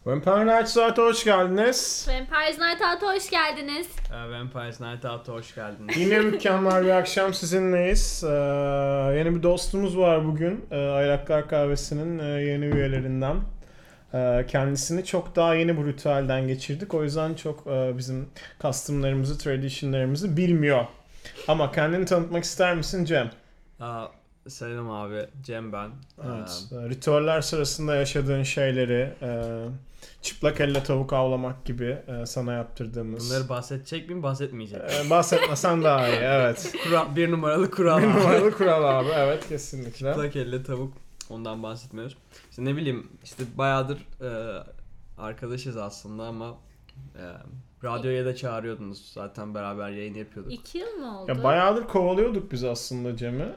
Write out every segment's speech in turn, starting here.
Vampire Night Saat'e hoş geldiniz. Vampires Night Out'a hoş geldiniz. Vampires Night Out'a hoş geldiniz. Yine mükemmel bir akşam sizinleyiz. Yeni bir dostumuz var bugün. Ayraklar Kahvesi'nin yeni üyelerinden. Kendisini çok daha yeni bu ritüelden geçirdik. O yüzden çok bizim custom'larımızı, tradition'larımızı bilmiyor. Ama kendini tanıtmak ister misin Cem? Selam abi, Cem ben. Evet. Ritüeller sırasında yaşadığın şeyleri, çıplak elle tavuk avlamak gibi sana yaptırdığımız. Bunları bahsedecek miyim, bahsetmeyecek miyim? Bahsetmesen daha iyi, evet. Bir numaralı kural Bir abi. numaralı kural abi, evet kesinlikle. Çıplak elle tavuk, ondan bahsetmiyoruz. İşte ne bileyim, işte bayağıdır arkadaşız aslında ama radyoya da çağırıyordunuz. Zaten beraber yayın yapıyorduk. 2 yıl mı oldu? Ya bayağıdır kovalıyorduk biz aslında Cem'i.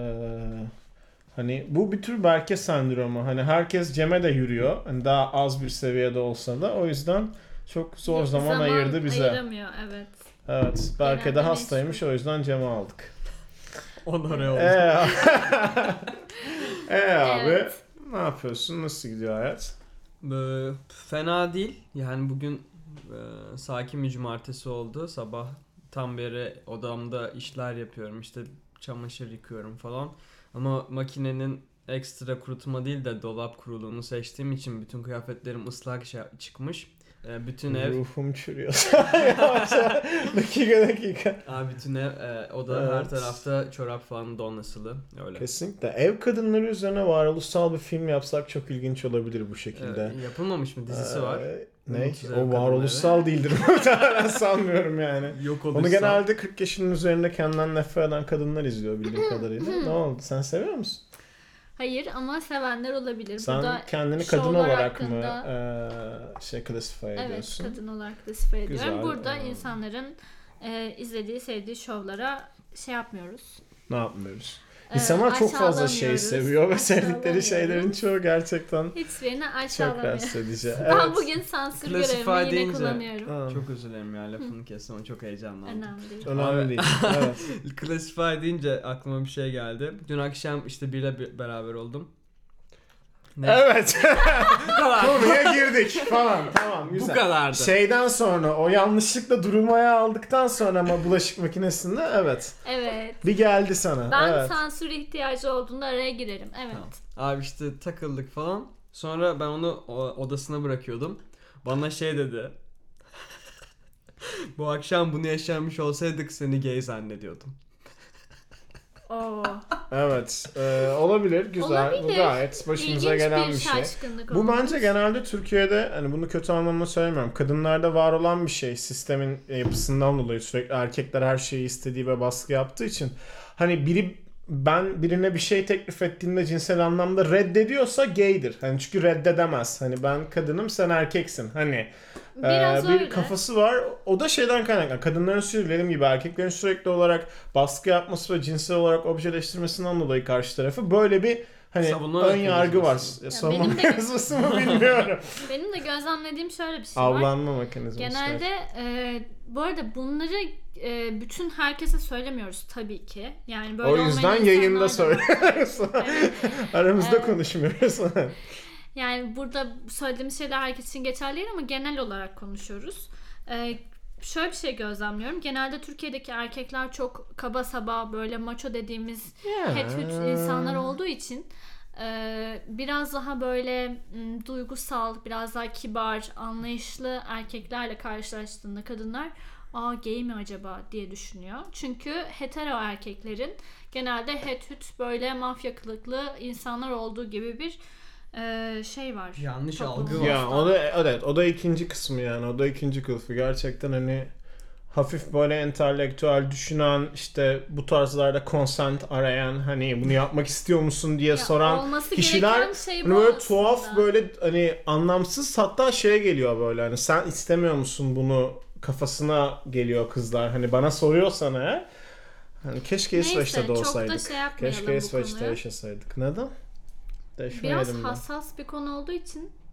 Hani bu bir tür Berke sendromu. Hani herkes Cem'e de yürüyor. Hani daha az bir seviyede olsa da. O yüzden çok zor zaman ayırdı bize. Ayıramıyor, evet. Evet. Berke de Genelde hastaymış. O yüzden Cem'i aldık. Onore oldu. Abi. Evet. Ne yapıyorsun? Nasıl gidiyor hayat? Fena değil. Yani bugün sakin bir cumartesi oldu. Sabahtan beri odamda işler yapıyorum. İşte çamaşır yıkıyorum falan. Ama makinenin ekstra kurutma değil de dolap kuruluğunu seçtiğim için bütün kıyafetlerim ıslak çıkmış. Bütün ev... Ruhum çürüyor. Yavaşça. dakika. bütün ev, oda Evet. her tarafta çorap falan donasılı. Öyle. Kesinlikle. Ev kadınları üzerine varoluşsal bir film yapsak çok ilginç olabilir bu şekilde. Yapılmamış mı? Dizisi var. Ne? Umutsuz ev O varoluşsal kadınları. değildir. Muhtemelen sanmıyorum yani. Yok Onu genelde 40 yaşının üzerinde kendinden nefret eden kadınlar izliyor bildiğim kadarıyla. Ne oldu? Sen seviyor musun? Hayır ama sevenler olabilir. Sen Burada kendini kadın şovlar olarak hakkında... mı klasify ediyorsun? Evet, kadın olarak klasifiye ediyorum. Güzel. Burada insanların izlediği, sevdiği şovlara şey yapmıyoruz. Ne yapmıyoruz? İnsanlar çok fazla şey Aşağılamıyoruz. seviyor ve sevdikleri Aşağılamıyoruz. şeylerin çoğu gerçekten Hiçbirini çok aşağılamıyor. rahatsız edici. Ben bugün sansür Classify görevimi yine deyince- kullanıyorum. Ha. Çok özür dilerim ya, lafını kestim ama çok heyecanlandım. Önemli değil. Önemli Abi- değil. Evet. Classify deyince aklıma bir şey geldi. Dün akşam işte biriyle beraber oldum. Evet. Bu kadar. Konuya girdik falan. Tamam Bu güzel. kadardı. Şeyden sonra o yanlışlıkla durulmaya aldıktan sonra ama bulaşık makinesinde evet. Evet. Bir geldi sana. Ben evet. sansür ihtiyacı olduğunda araya girerim. Evet. Tamam. Abi işte takıldık falan. Sonra ben onu odasına bırakıyordum. Bana şey dedi. Bu akşam bunu yaşanmış olsaydık seni gay zannediyordum. Oo. Evet. Olabilir. Güzel. Bu Olabilir. gayet başımıza İlginç gelen bir bir şey. şaşkınlık Bu olmuş. bence genelde Türkiye'de hani bunu kötü anlamda söylemiyorum. Kadınlarda var olan bir şey. Sistemin yapısından dolayı sürekli erkekler her şeyi istediği ve baskı yaptığı için. Hani ben birine bir şey teklif ettiğinde cinsel anlamda reddediyorsa gaydir. Hani çünkü reddedemez. Hani ben kadınım sen erkeksin. Hani Biraz bir öyle. kafası var. O da şeyden kaynaklı. Kadınların sürekli dediğim gibi erkeklerin sürekli olarak baskı yapması ve cinsel olarak objeleştirmesinden dolayı karşı tarafı böyle bir hani Savunma ön yargı var. mekanizması. Savunma benim de- mekanizması mı bilmiyorum. Benim de gözlemlediğim şöyle bir şey var. Avlanma mekanizması. Genelde bu arada bunları bütün herkese söylemiyoruz tabii ki. Yani böyle O olmayan yüzden insanlar yayında da var. söylüyoruz. Evet. Aramızda Evet. konuşmuyoruz. Yani burada söylediğimiz şeyler herkes için geçerli değil ama genel olarak konuşuyoruz. Şöyle bir şey gözlemliyorum. Genelde Türkiye'deki erkekler çok kaba saba böyle maço dediğimiz het insanlar olduğu için biraz daha böyle duygusal, biraz daha kibar, anlayışlı erkeklerle karşılaştığında kadınlar gay mi acaba diye düşünüyor. Çünkü hetero erkeklerin genelde het hüt böyle mafya kılıklı insanlar olduğu gibi bir şey var. Yanlış Toplumumuzda. algı var. Ya o da evet o da ikinci kısmı yani. O da ikinci kılıfı. Gerçekten hani hafif böyle entelektüel düşünen işte bu tarzlarda consent arayan hani bunu yapmak istiyor musun diye Ya soran olması kişiler gereken şey hani bu böyle aslında. tuhaf böyle hani anlamsız hatta şeye geliyor böyle hani sen istemiyor musun bunu kafasına geliyor kızlar. Hani bana soruyorsan eğer hani keşke Neyse, İsveç'te doğsaydık. çok da şey yapmayalım Keşke bu İsveç'te konuyu. yaşasaydık. Neden? Biraz Değişmeyelim mi? hassas bir konu olduğu için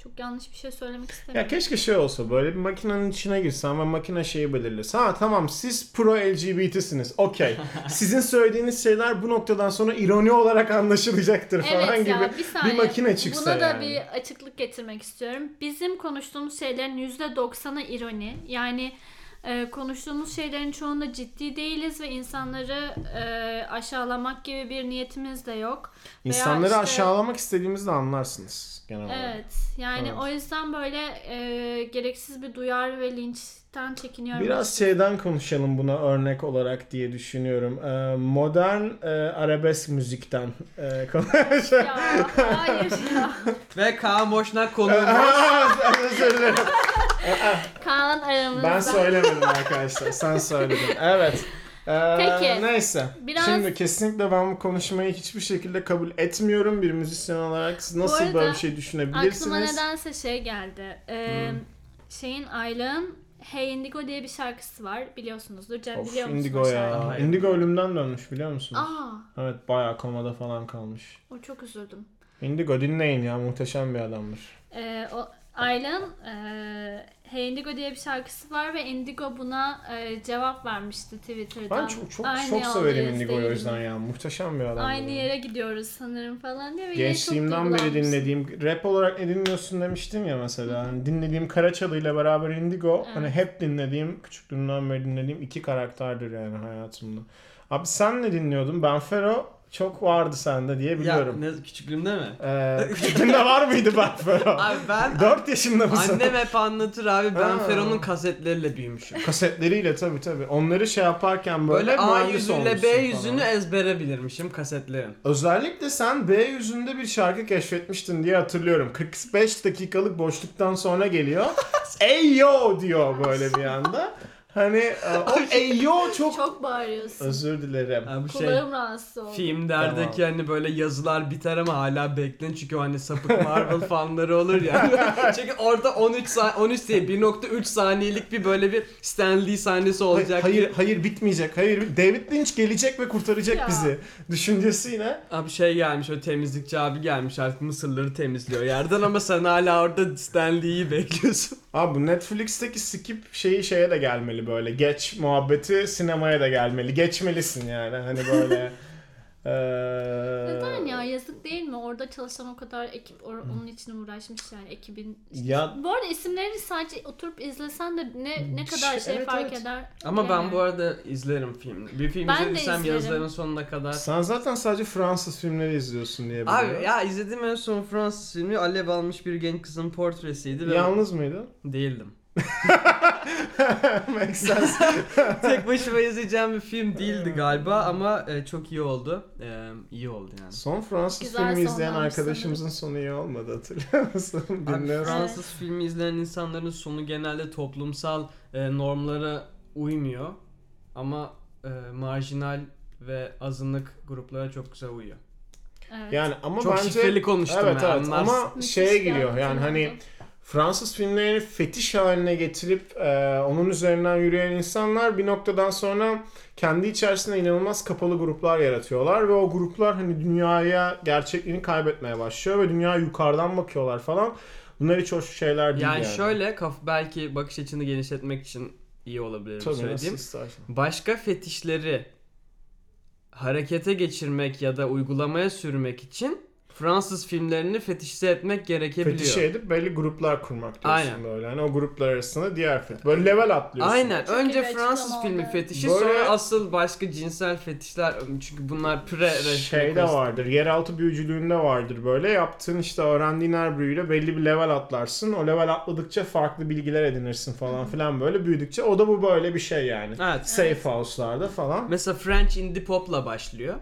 Çok yanlış bir şey söylemek Ya istemiyorum. keşke şey olsa, böyle bir makinenin içine girsen ve makine şeyi belirlese. Ha tamam, siz pro LGBT'siniz. Okey. Sizin söylediğiniz şeyler bu noktadan sonra ironi olarak anlaşılacaktır falan Evet ya, gibi bir saniye. makine çıksa Buna da yani. bir açıklık getirmek istiyorum. Bizim konuştuğumuz şeylerin %90'ı ironi. Yani konuştuğumuz şeylerin çoğunda ciddi değiliz ve insanları aşağılamak gibi bir niyetimiz de yok. Veya İnsanları işte- aşağılamak istediğimizi de anlarsınız genel olarak. Evet. Yani Evet. o yüzden böyle gereksiz bir duyar ve linçten çekiniyorum. Biraz şeyden konuşalım buna örnek olarak diye düşünüyorum. Modern arabesk müzikten konuşalım. Ya hayır ya. Ve Kaan Boşnak konuğumuz. Özür dilerim. Kaan aramızda. Ben söylemedim arkadaşlar. Sen söyledin. Evet. Peki. Neyse. Biraz- Şimdi kesinlikle ben bu konuşmayı hiçbir şekilde kabul etmiyorum bir müzisyen olarak. Siz nasıl arada böyle bir şey düşünebilirsiniz? Aklıma nedense şey geldi. Şeyin Ayla'nın Hey Indigo diye bir şarkısı var. Biliyorsunuzdur. Cem Of, biliyor musun Indigo o ya. şarkıyı? Hayır. Indigo ölümden dönmüş biliyor musunuz? Aa, Evet, bayağı komada falan kalmış. o çok üzüldüm. Indigo dinleyin ya, muhteşem bir adamdır. O Ayla'nın Hey Indigo diye bir şarkısı var ve Indigo buna cevap vermişti Twitter'dan. Ben çok Aynı çok severim yoldayız Indigo'yu o değil yüzden mi? ya. Muhteşem bir adam. Aynı yani. yere gidiyoruz sanırım falan diye. Ve yine çok Gençliğimden beri duygulanmıştım. dinlediğim, rap olarak ne dinliyorsun demiştim ya mesela. Hani dinlediğim Karaçalı ile beraber Indigo, Evet. hani hep dinlediğim, küçüklüğümden beri dinlediğim iki karakterdir yani hayatımda. Abi sen ne dinliyordun? Benfero çok vardı sende diye biliyorum. Ya ne, küçüklüğümde mi? Küçüklüğünde var mıydı Benfero? Abi ben 4 yaşında mısın? annem hep anlatır abi, ben Ha. Fero'nun kasetleriyle büyümüşüm. Kasetleriyle tabii. Onları şey yaparken böyle, Böyle A mühendis yüzüyle olmuşsun B falan. yüzünü ezbere bilirmişim kasetlerin. Özellikle sen B yüzünde bir şarkı keşfetmiştin diye hatırlıyorum. 45 dakikalık boşluktan sonra geliyor. Ey yo diyor böyle bir anda. Hani o ey yo çok... Çok bağırıyorsun. Özür dilerim. Yani bu şey Kulağım rahatsız oldu. filmlerdeki hani böyle yazılar biter ama hala beklen, çünkü o hani sapık Marvel fanları olur ya. Çünkü orada 13 değil 1.3 saniyelik bir böyle bir Stan Lee sahnesi olacak. Hayır bitmeyecek. Hayır, David Lynch gelecek ve kurtaracak Ya. bizi. Düşüncesiyle. Abi şey gelmiş, o temizlikçi abi gelmiş artık mısırları temizliyor yerden ama sen hala orada Stan Lee'yi bekliyorsun. Abi bu Netflix'teki skip şeyi şeye de gelmeli böyle. Geç muhabbeti sinemaya da gelmeli. Geçmelisin yani. Hani böyle... Neden ya, yazık değil mi? Orada çalışan o kadar ekip onun için uğraşmış yani ekibin. Ya Bu arada isimlerini sadece oturup izlesen de ne kadar şey Evet, fark evet. eder. Ama Yani. ben bu arada izlerim film. Bir film Ben de izlediysem izlerim. yazıların sonuna kadar. sen zaten sadece Fransız filmleri izliyorsun diye biliyorum. Abi ya izlediğim en son Fransız filmi alev almış bir genç kızın portresiydi ve Yalnız mıydın? değildim. Makes sense. Tek başıma izleyeceğim bir film değildi galiba ama çok iyi oldu. İyi oldu yani. Son Fransız Güzel filmi izleyen sonlanmış arkadaşımızın sonu iyi olmadı, hatırlıyor musun? Abi Dinliyorsun. Fransız filmi izleyen insanların sonu genelde toplumsal normlara uymuyor ama marjinal ve azınlık gruplara çok güzel uyuyor. Evet. Yani ama Çok bence şifreli konuştum evet yani, evet anlarsın. ama Müthiş şeye bir giriyor yani anlatım hani oldu. Fransız filmlerini fetiş haline getirip onun üzerinden yürüyen insanlar bir noktadan sonra kendi içerisinde inanılmaz kapalı gruplar yaratıyorlar ve o gruplar hani dünyaya gerçekliğini kaybetmeye başlıyor ve dünyaya yukarıdan bakıyorlar falan. Bunlar hiç hoş şeyler değil yani. Yani şöyle belki bakış açını genişletmek için iyi olabilir bu Tabii, nasıl söylediğim. istersen. Başka fetişleri harekete geçirmek ya da uygulamaya sürmek için Fransız filmlerini fetişse etmek gerekebiliyor. Fetişe edip belli gruplar kurmak diyorsun Aynen. böyle. Hani o gruplar arasında diğer fet. Böyle level atlıyorsun. Aynen. Çok Önce iyi bir Fransız açıklama filmi oldu. fetişi, Böyle- sonra asıl başka cinsel fetişler, çünkü bunlar Şeyde vardır. Yeraltı büyücülüğünde vardır böyle. Yaptığın işte öğrendiğin her büyüyle belli bir level atlarsın. O level atladıkça farklı bilgiler edinirsin falan filan böyle büyüdükçe. O da bu böyle bir şey yani. Evet. Safe house'larda falan. Mesela French indie pop'la başlıyor.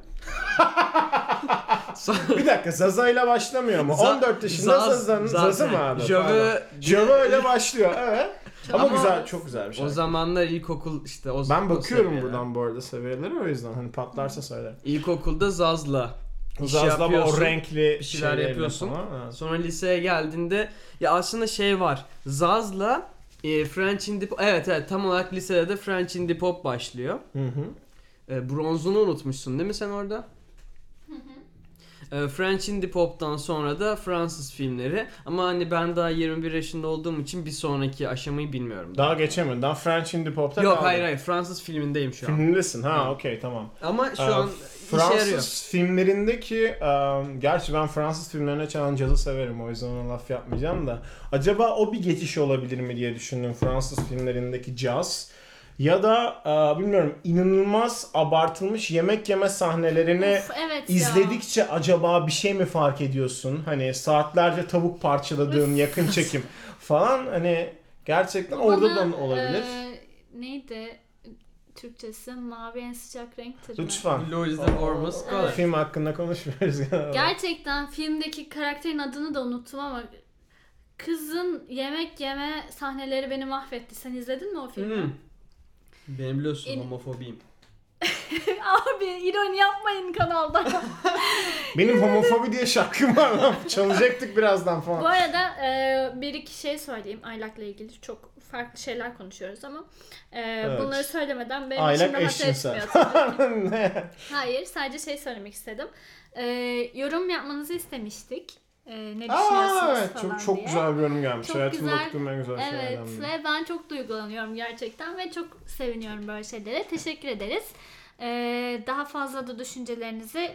Bir dakika, Zaza ile başlamıyor mu? 14 yaşında Zaza mı adı? Jove ile başlıyor evet. Ama güzel, çok güzel bir şey. O zamanlar ilkokul işte o Ben o bakıyorum seviyeler. buradan bu arada seviyelere, o yüzden hani patlarsa söylerim. İlkokulda Zaz'la iş Zazla yapıyorsun. o renkli bir şeyler şeylerle yapıyorsun. falan, evet. Sonra liseye geldiğinde ya aslında şey var. Zaz'la French indie pop, evet tam olarak lisede de French indie pop başlıyor. Hı hı. Bronzunu unutmuşsun değil mi sen orada? French Indie Pop'tan sonra da Fransız filmleri. Ama hani ben daha 21 yaşında olduğum için bir sonraki aşamayı bilmiyorum. Daha geçemedin. Daha French Indie Pop'ta Yok kaldın. hayır Fransız filmindeyim şu an. Filmindesin. Ha Evet. okey tamam. Ama şu an işe yarıyor. Fransız filmlerindeki gerçi ben Fransız filmlerine çalan cazı severim, o yüzden ona laf yapmayacağım da acaba o bir geçiş olabilir mi diye düşündüm Fransız filmlerindeki caz ya da bilmiyorum, inanılmaz abartılmış yemek yeme sahnelerini Of, evet izledikçe acaba bir şey mi fark ediyorsun? Hani saatlerce tavuk parçaladığın yakın çekim falan, hani gerçekten ya. orada Bana, da olabilir. Neydi Türkçesi? Mavi en sıcak renktir mi? Lütfen. Louis de Wormus. Evet. Film hakkında konuşmuyoruz. Gerçekten filmdeki karakterin adını da unuttum ama kızın yemek yeme sahneleri beni mahvetti. Sen izledin mi o filmi? Benim biliyorsun homofobiyim. Abi ironi yapmayın kanalda. Benim homofobi diye şarkım var lan. Çalacaktık birazdan Bu falan. arada bir iki şey söyleyeyim. Aylak'la ilgili çok farklı şeyler konuşuyoruz ama bunları söylemeden benim Aylak içim rahat eşcinsel. etmiyor tabii ki. Ne? Hayır, sadece şey söylemek istedim. Yorum yapmanızı istemiştik. Ne Aa, düşünüyorsunuz evet, falan çok diye. güzel bir yorum gelmiş. Çok Hayatımda güzel. okuduğum en güzel Evet şeylerden biri. ve ben çok duygulanıyorum gerçekten ve çok seviniyorum böyle şeylere. Teşekkür ederiz. Daha fazla da düşüncelerinizi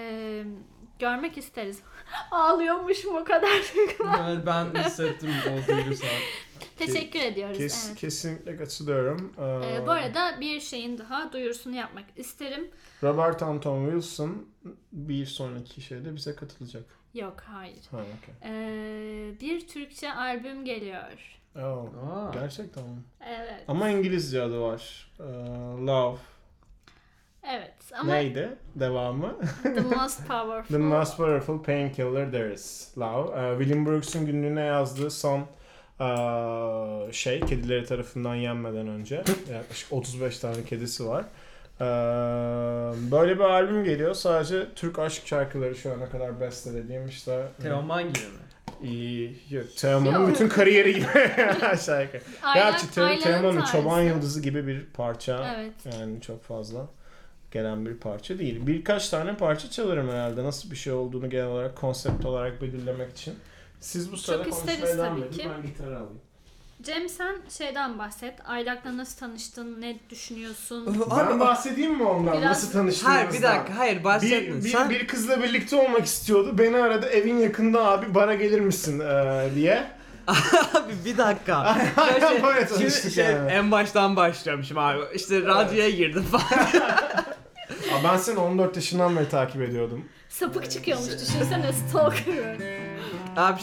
görmek isteriz. Ağlıyormuşum o kadar. Yani ben hissettim o duygusal. Teşekkür ediyoruz. Evet. Kesinlikle katılıyorum. Bu arada bir şeyin daha duyurusunu yapmak isterim. Robert Anton Wilson bir sonraki şeyde bize katılacak. Yok, hayır. Ha, okay. Bir Türkçe albüm geliyor. Oh, Aa. gerçekten mi? Evet. Ama İngilizce adı var. Love. Evet ama Neydi? Devamı? The Most Powerful. The Most Powerful Painkiller There Is. Love. William Brooks'un günlüğüne yazdığı son kedileri tarafından yenmeden önce. Yaklaşık 35 tane kedisi var. Böyle bir albüm geliyor. Sadece Türk aşk şarkıları şu ana kadar bestelediğim işte. Teoman gibi mi? Yok, Teoman'ın Yok. bütün kariyeri gibi aşağı yukarı. Gerçi Aylak'ın Teoman'ın tarzı. Çoban Yıldızı gibi bir parça. Evet. Yani çok fazla gelen bir parça değil. Birkaç tane parça çalarım herhalde. Nasıl bir şey olduğunu genel olarak, konsept olarak belirlemek için. Siz bu sırada isteriz konuşmaya devam tabii edin. ki. Ben gitarı alayım. Cem, sen şeyden bahset. Aylak'la nasıl tanıştın? Ne düşünüyorsun? Ben bahsedeyim mi ondan? Biraz- Nasıl tanıştığımızdan? Hayır bir dakika hayır bahsetme. Sen Bir kızla birlikte olmak istiyordu. Beni aradı, evin yakında abi, bara gelir misin diye. abi bir dakika. Aynen böyle Şimdi tanıştık yani. en baştan başlıyorum şimdi abi. İşte radyoya girdim falan. Aa, ben seni 14 yaşından beri takip ediyordum. Sapık çıkıyormuş, düşünsene, stalker. Abi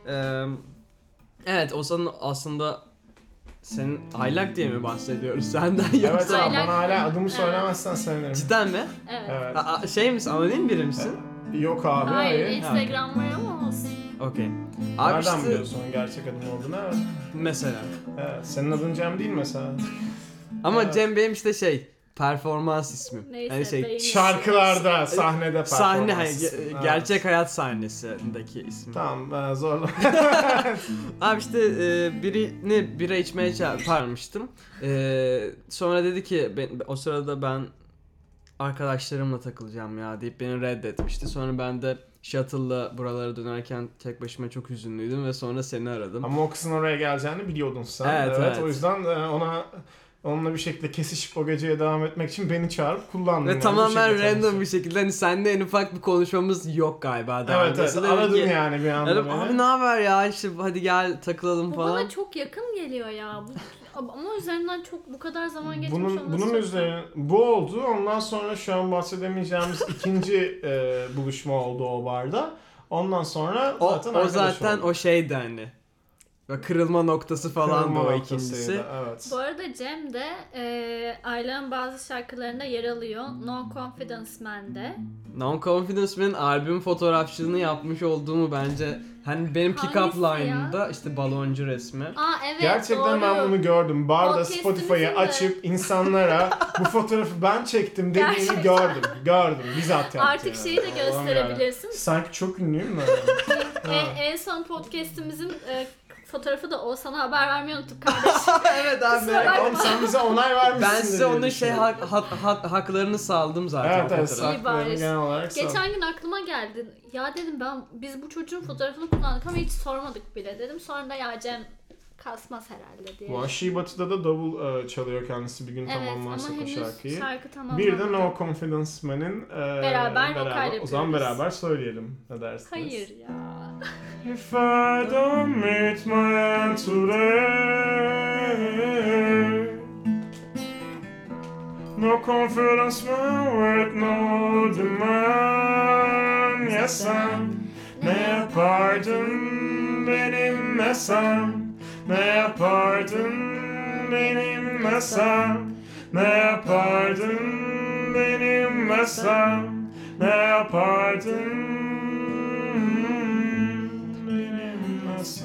evet o sana aslında senin Aylak diye mi bahsediyoruz senden Evet yoksa? abi, Aylak- bana hala adımı Evet. söylemezsen sevinirim. Cidden mi? Evet. Evet. Şey misin anonim biri misin? Yok abi, Hayır, hayır. Instagram var ama olsun. Okey. Abi Nereden işte biliyorsun onun gerçek adım olduğunu? Evet. mesela. Evet. Senin adın Cem değil mi mesela? Ama Evet. Cem benim işte performans ismim. Neyse, Hani beyin- Şarkılarda, sahnede performans. sahne Evet. gerçek hayat sahnesindeki ismim. Tamam, zorla. Abi işte birini bira içmeye çağırmıştım. Sonra dedi ki o sırada ben arkadaşlarımla takılacağım ya deyip beni reddetmişti. Sonra ben de shuttle'la buralara dönerken tek başıma çok hüzünlüydüm ve sonra seni aradım. Ama o kızın oraya geleceğini biliyordun sen. Evet. O yüzden onunla bir şekilde kesişip o geceye devam etmek için beni çağırıp kullandın. Ve yani. tamamen Bu şekilde random tanıştık. bir şekilde hani seninle en ufak bir konuşmamız yok galiba daha Evet, öncesinde. aradın Dedim ki, yani bir anda dedim, beni. abi ne haber ya işte hadi gel takılalım Bu falan. bana çok yakın geliyor ya. Ama üzerinden çok bu kadar zaman geçmiş olması Bunun çok üzerine bu oldu. Ondan sonra şu an bahsedemeyeceğimiz ikinci buluşma oldu o barda. Ondan sonra O arkadaş zaten olduk. o şeydi hani. Ve kırılma noktası falan Kırılma da o noktasıydı, ikincisi. Evet. Bu arada Cem de Aylak'ın bazı şarkılarında yer alıyor. No Confidence Man'de. Non-Confidence Man'in albüm fotoğrafçılığını yapmış olduğumu bence hani benim pick-up Hangisi ya? line'ımda işte baloncu resmi. Aa evet, Gerçekten doğru. ben bunu gördüm. Barda Podcast'imizin Spotify'ı de- açıp insanlara bu fotoğrafı ben çektim dediğini Gerçekten. gördüm. Bizzat yaptı Artık yani. şeyi de Allah'ım gösterebilirsin. yarabbim. Sanki çok ünlüyüm ben. Ha. En son podcast'imizin fotoğrafı da Oğuzhan'a haber vermeyi unuttuk kardeş. Evet abi. Kusura bakma. Oğlum sen bize onay vermişsin. Ben size diye onun düşünüyorum. haklarını saldım zaten. Evet evet fotoğrafı. İyi bari. saklarını genel olarak sal. Geçen gün aklıma geldi. Ya dedim biz bu çocuğun fotoğrafını kullandık ama hiç sormadık bile dedim. Sonra da ya Cem kasmaz herhalde diye. Vahşi Batı'da da davul çalıyor kendisi bir gün Evet ama tamamlarsak o henüz şarkıyı. şarkı tamam. Bir de No Confidence Man'in Beraber vokal o zaman yapıyoruz. beraber söyleyelim. Ne dersiniz? Hayır ya. If I don't meet my end today, no confidence man with no demand. Yes I'm ne yapardın benimle sen? Ne yapardın benimle sen? Ne yapardın benimle sen? Ne yapardın benimle sen?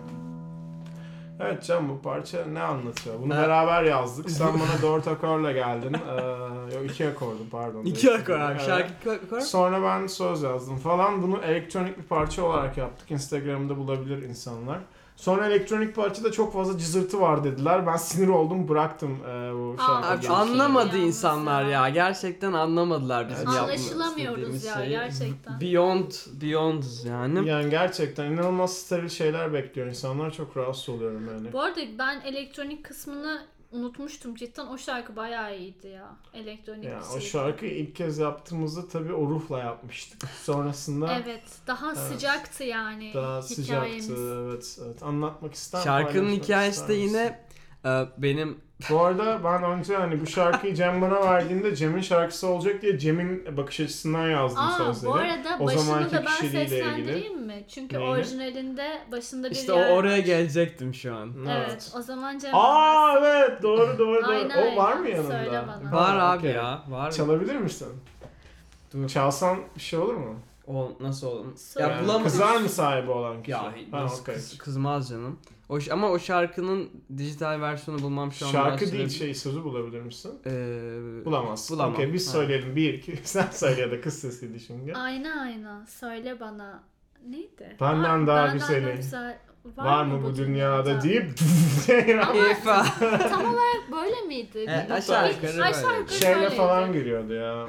Evet Can, bu parça ne anlatıyor? Bunu beraber yazdık. Sen bana 4 akorla geldin. Yok 2 akordu pardon. 2 akor abi. Evet. Şarkı akor. Sonra ben söz yazdım falan. Bunu elektronik bir parça olarak yaptık. Instagram'da bulabilir insanlar. Sonra elektronik parçada çok fazla cızırtı var dediler. Ben sinir oldum, bıraktım bu şarkıyı. Abi Çok iyi anlamadı yalnız insanlar ya. Gerçekten anlamadılar bizim yapmak Anlaşılamıyoruz istediğimiz ya, şeyi. gerçekten. Beyond'uz yani. Yani gerçekten inanılmaz steril şeyler bekliyor insanlar. Çok rahatsız oluyorum yani. Bu arada ben elektronik kısmını unutmuştum. Cidden o şarkı bayağı iyiydi ya. Elektronik Ya, bir o şey. şarkıyı ilk kez yaptığımızda tabii o ruhla yapmıştık. Sonrasında Evet. Daha sıcaktı yani daha hikayemiz. sıcaktı. Evet. Anlatmak ister Şarkının paylaşmak hikayesi ister de misin? yine benim Bu arada ben önce hani bu şarkıyı Cem bana verdiğinde Cem'in şarkısı olacak diye Cem'in bakış açısından yazdım sözleri. Bu arada O başını zamanki da ben kişiliğiyle seslendireyim mi? Çünkü Neyini? orijinalinde başında bir işte yer oraya var. gelecektim şu an. Evet. O zaman Cem Evet doğru. Aynen, O var mı aynen. yanında? Söyle bana. Var abi okey. ya. Var. Çalabilir misin? Dur. Çalsan bir şey olur mu? O nasıl olur? Söyle. Ya bulamadım. Kızar mı sahibi olan kişi? Ya Ha, nasıl okey. kızmaz canım. Ama o şarkının dijital versiyonu bulmam şu an Şarkı biraz değil süre- sözü bulabilir misin? Bulamazsın. Bulamam. Okey biz söyleyelim. 1, 2, sen söyle ya da kız sesiydi şimdi. Ayna söyle bana. Neydi? Benden daha güzeli. güzel. Var mı bu dünyada deyip İfa. Tam olarak böyle miydi? Aşağı yukarı Aşağı böyle. yukarı şeyle böyleydi. falan giriyordu ya.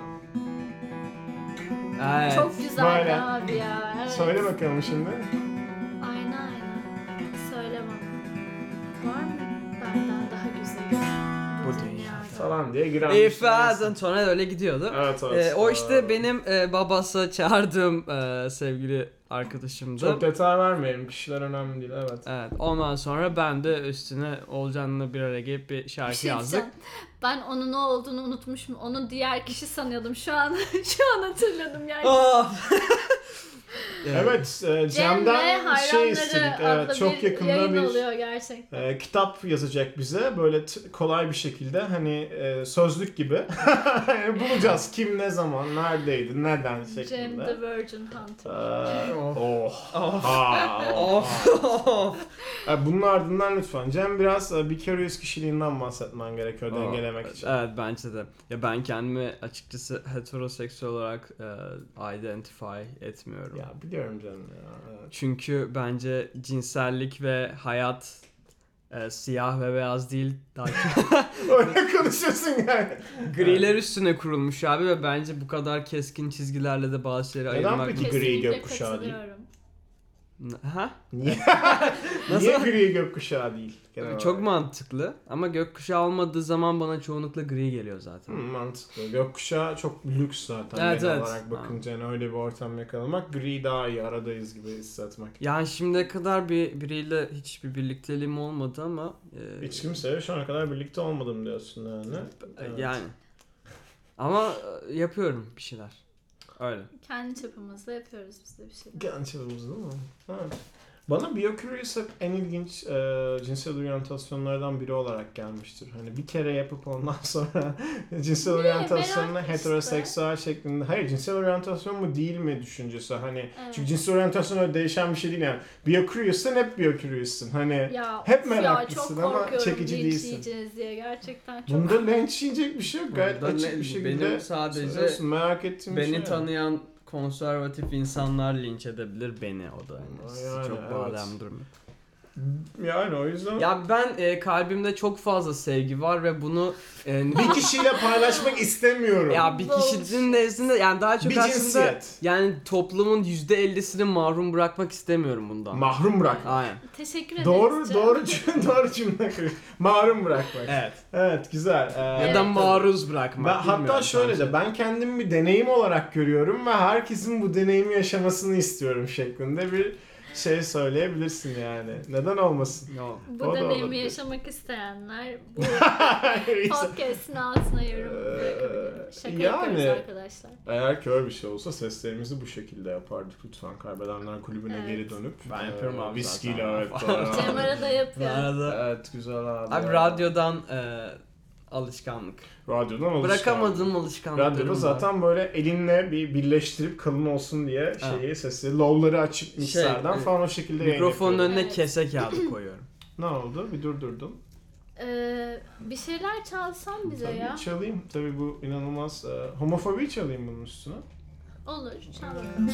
Evet. Çok güzeldi Böyle. abi ya. Evet. Söyle bakalım şimdi. Ayna. Söyle bana. Var mı benden daha güzeli? Bu dünyada. Falan diye giren. İfa'dan sonra öyle gidiyordu. Evet. O işte benim babası çağırdığım sevgili arkadaşımdı. Çok detay vermeyelim. Kişiler önemli değil. Evet. Evet. Ondan sonra ben de üstüne Olcan'la bir araya gelip bir şarkı Bir şey yazdık. diyeceğim. Ben onun ne olduğunu unutmuşum. Onun diğer kişi sanıyordum. Şu an hatırladım yani. Evet. Cem'le Cem'den şey istedik. Hayranları Evet, adlı çok bir yakında yayın bir oluyor gerçekten. kitap yazacak bize. Böyle kolay bir şekilde hani sözlük gibi. Bulacağız kim ne zaman neredeydi neden Cem şeklinde. the Virgin Hunter. Bunun ardından lütfen Cem biraz bir curious kişiliğinden bahsetmen gerekiyor dengelemek için. Evet bence de. Ya ben kendimi açıkçası heteroseksüel olarak identify etmiyorum. Ya biliyorum canım ya. Evet. Çünkü bence cinsellik ve hayat siyah ve beyaz değil, daha çok Öyle konuşuyorsun yani. griler üstüne kurulmuş abi ve bence bu kadar keskin çizgilerle de bazı şeyleri Neden ayırmak... peki? Gri Kesinlikle gökkuşağı değil. katılıyorum. Ha? Niye? Nasıl? Niye gri gökkuşağı değil? Genel Çok olarak? mantıklı ama gökkuşağı olmadığı zaman bana çoğunlukla gri geliyor zaten. Mantıklı. Gökkuşağı çok lüks zaten Evet, genel evet. olarak bakınca yani öyle bir ortam yakalamak. Gri daha iyi, aradayız gibi hissetmek. Yani şimdiye kadar biriyle hiçbir birlikteliğim olmadı ama... Hiç kimseyle şu ana kadar birlikte olmadım diyorsun yani. Evet. Yani. Ama yapıyorum bir şeyler. Öyle. Kendi çapımızda yapıyoruz biz de bir şeyler. Genç yılımız değil mi? Evet. Bana BioCurious hep en ilginç cinsel oryantasyonlardan biri olarak gelmiştir. Hani bir kere yapıp ondan sonra cinsel oryantasyonuna merak heteroseksüel şeklinde. Hayır cinsel oryantasyon mu değil mi düşüncesi. Hani Evet. çünkü cinsel oryantasyon öyle değişen bir şey değil yani. BioCurious'sen hep BioCurious'sun. Hani Ya, hep of ya, meraklısın çok ama korkuyorum çekici linç değilsin. yiyeceğiz diye gerçekten çok. Bunda linç yiyecek bir şey yok. Gayet Burada açık ne- bir şekilde benim sadece söylüyorsun. Merak ettiğim bir Beni şey. tanıyan konservatif insanlar linç edebilir beni o da. Yani. Yani, Çok evet. badem durum. Yani o yüzden Ya ben kalbimde çok fazla sevgi var ve bunu bir kişiyle paylaşmak istemiyorum. ya bir kişinin nezdinde yani daha çok Bir aslında cinsiyet. yani toplumun %50'sini mahrum bırakmak istemiyorum bundan. Mahrum bırak. Aynen. Teşekkür ederiz. Doğru Can. doğru cümle kuruyor. Mahrum bırakmak. Evet. Evet güzel. Ya da Evet. maruz bırakmak. Ben, hatta bilmiyorum şöyle tam de ben kendimi bir deneyim olarak görüyorum ve herkesin bu deneyimi yaşamasını istiyorum şeklinde bir şey söyleyebilirsin yani. Neden olmasın? Yok. Bu O da deneyimi olabilir. yaşamak isteyenler bu İşte, podcast'ın altına yorum bırakabilir. Şaka yani- yapıyoruz arkadaşlar. eğer kör bir şey olsa seslerimizi bu şekilde yapardık lütfen. Kaybedenler Kulübü'ne Evet. geri dönüp Ben yapıyorum abi viskiyle zaten. evet. Cem arada Bu yapıyor. arada Evet güzel abi. abi radyodan alışkanlık. Radyodan alışkanlık. Bırakamadığım alışkanlıklarım Radyoda var. zaten böyle elinle bir birleştirip kalın olsun diye şeyi sesi low'ları açıp mikserden Şey, falan o şekilde yayın Mikrofonun yapıyorum. önüne Evet. kese kağıdı koyuyorum. Ne oldu? Bir durdurdum. Bir şeyler çalsan bize Tabii ya. çalayım. Tabii bu inanılmaz. Homofobi çalayım bunun üstüne. Olur, çal bakalım.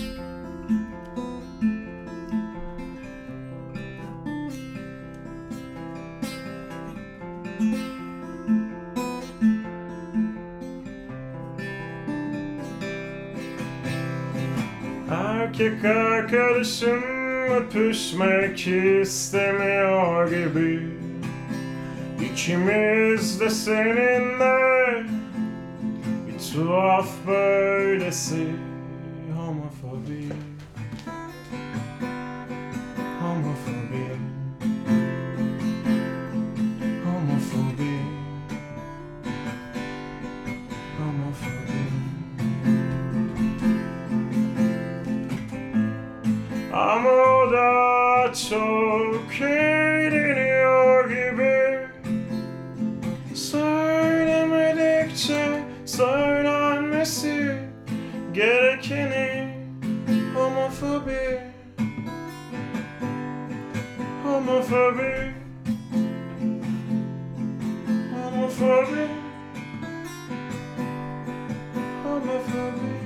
Erkek arkadaşım öpüşmek istemiyor gibi. İkimiz de seninle bir tuhaf böylesi homofobi. Homofobi. Homofobi. Homofobi. Ama o da çok eğleniyor gibi. Söylemedikçe söylenmesi gerekeni homofobi. Homofobi. Homofobi. Homofobi.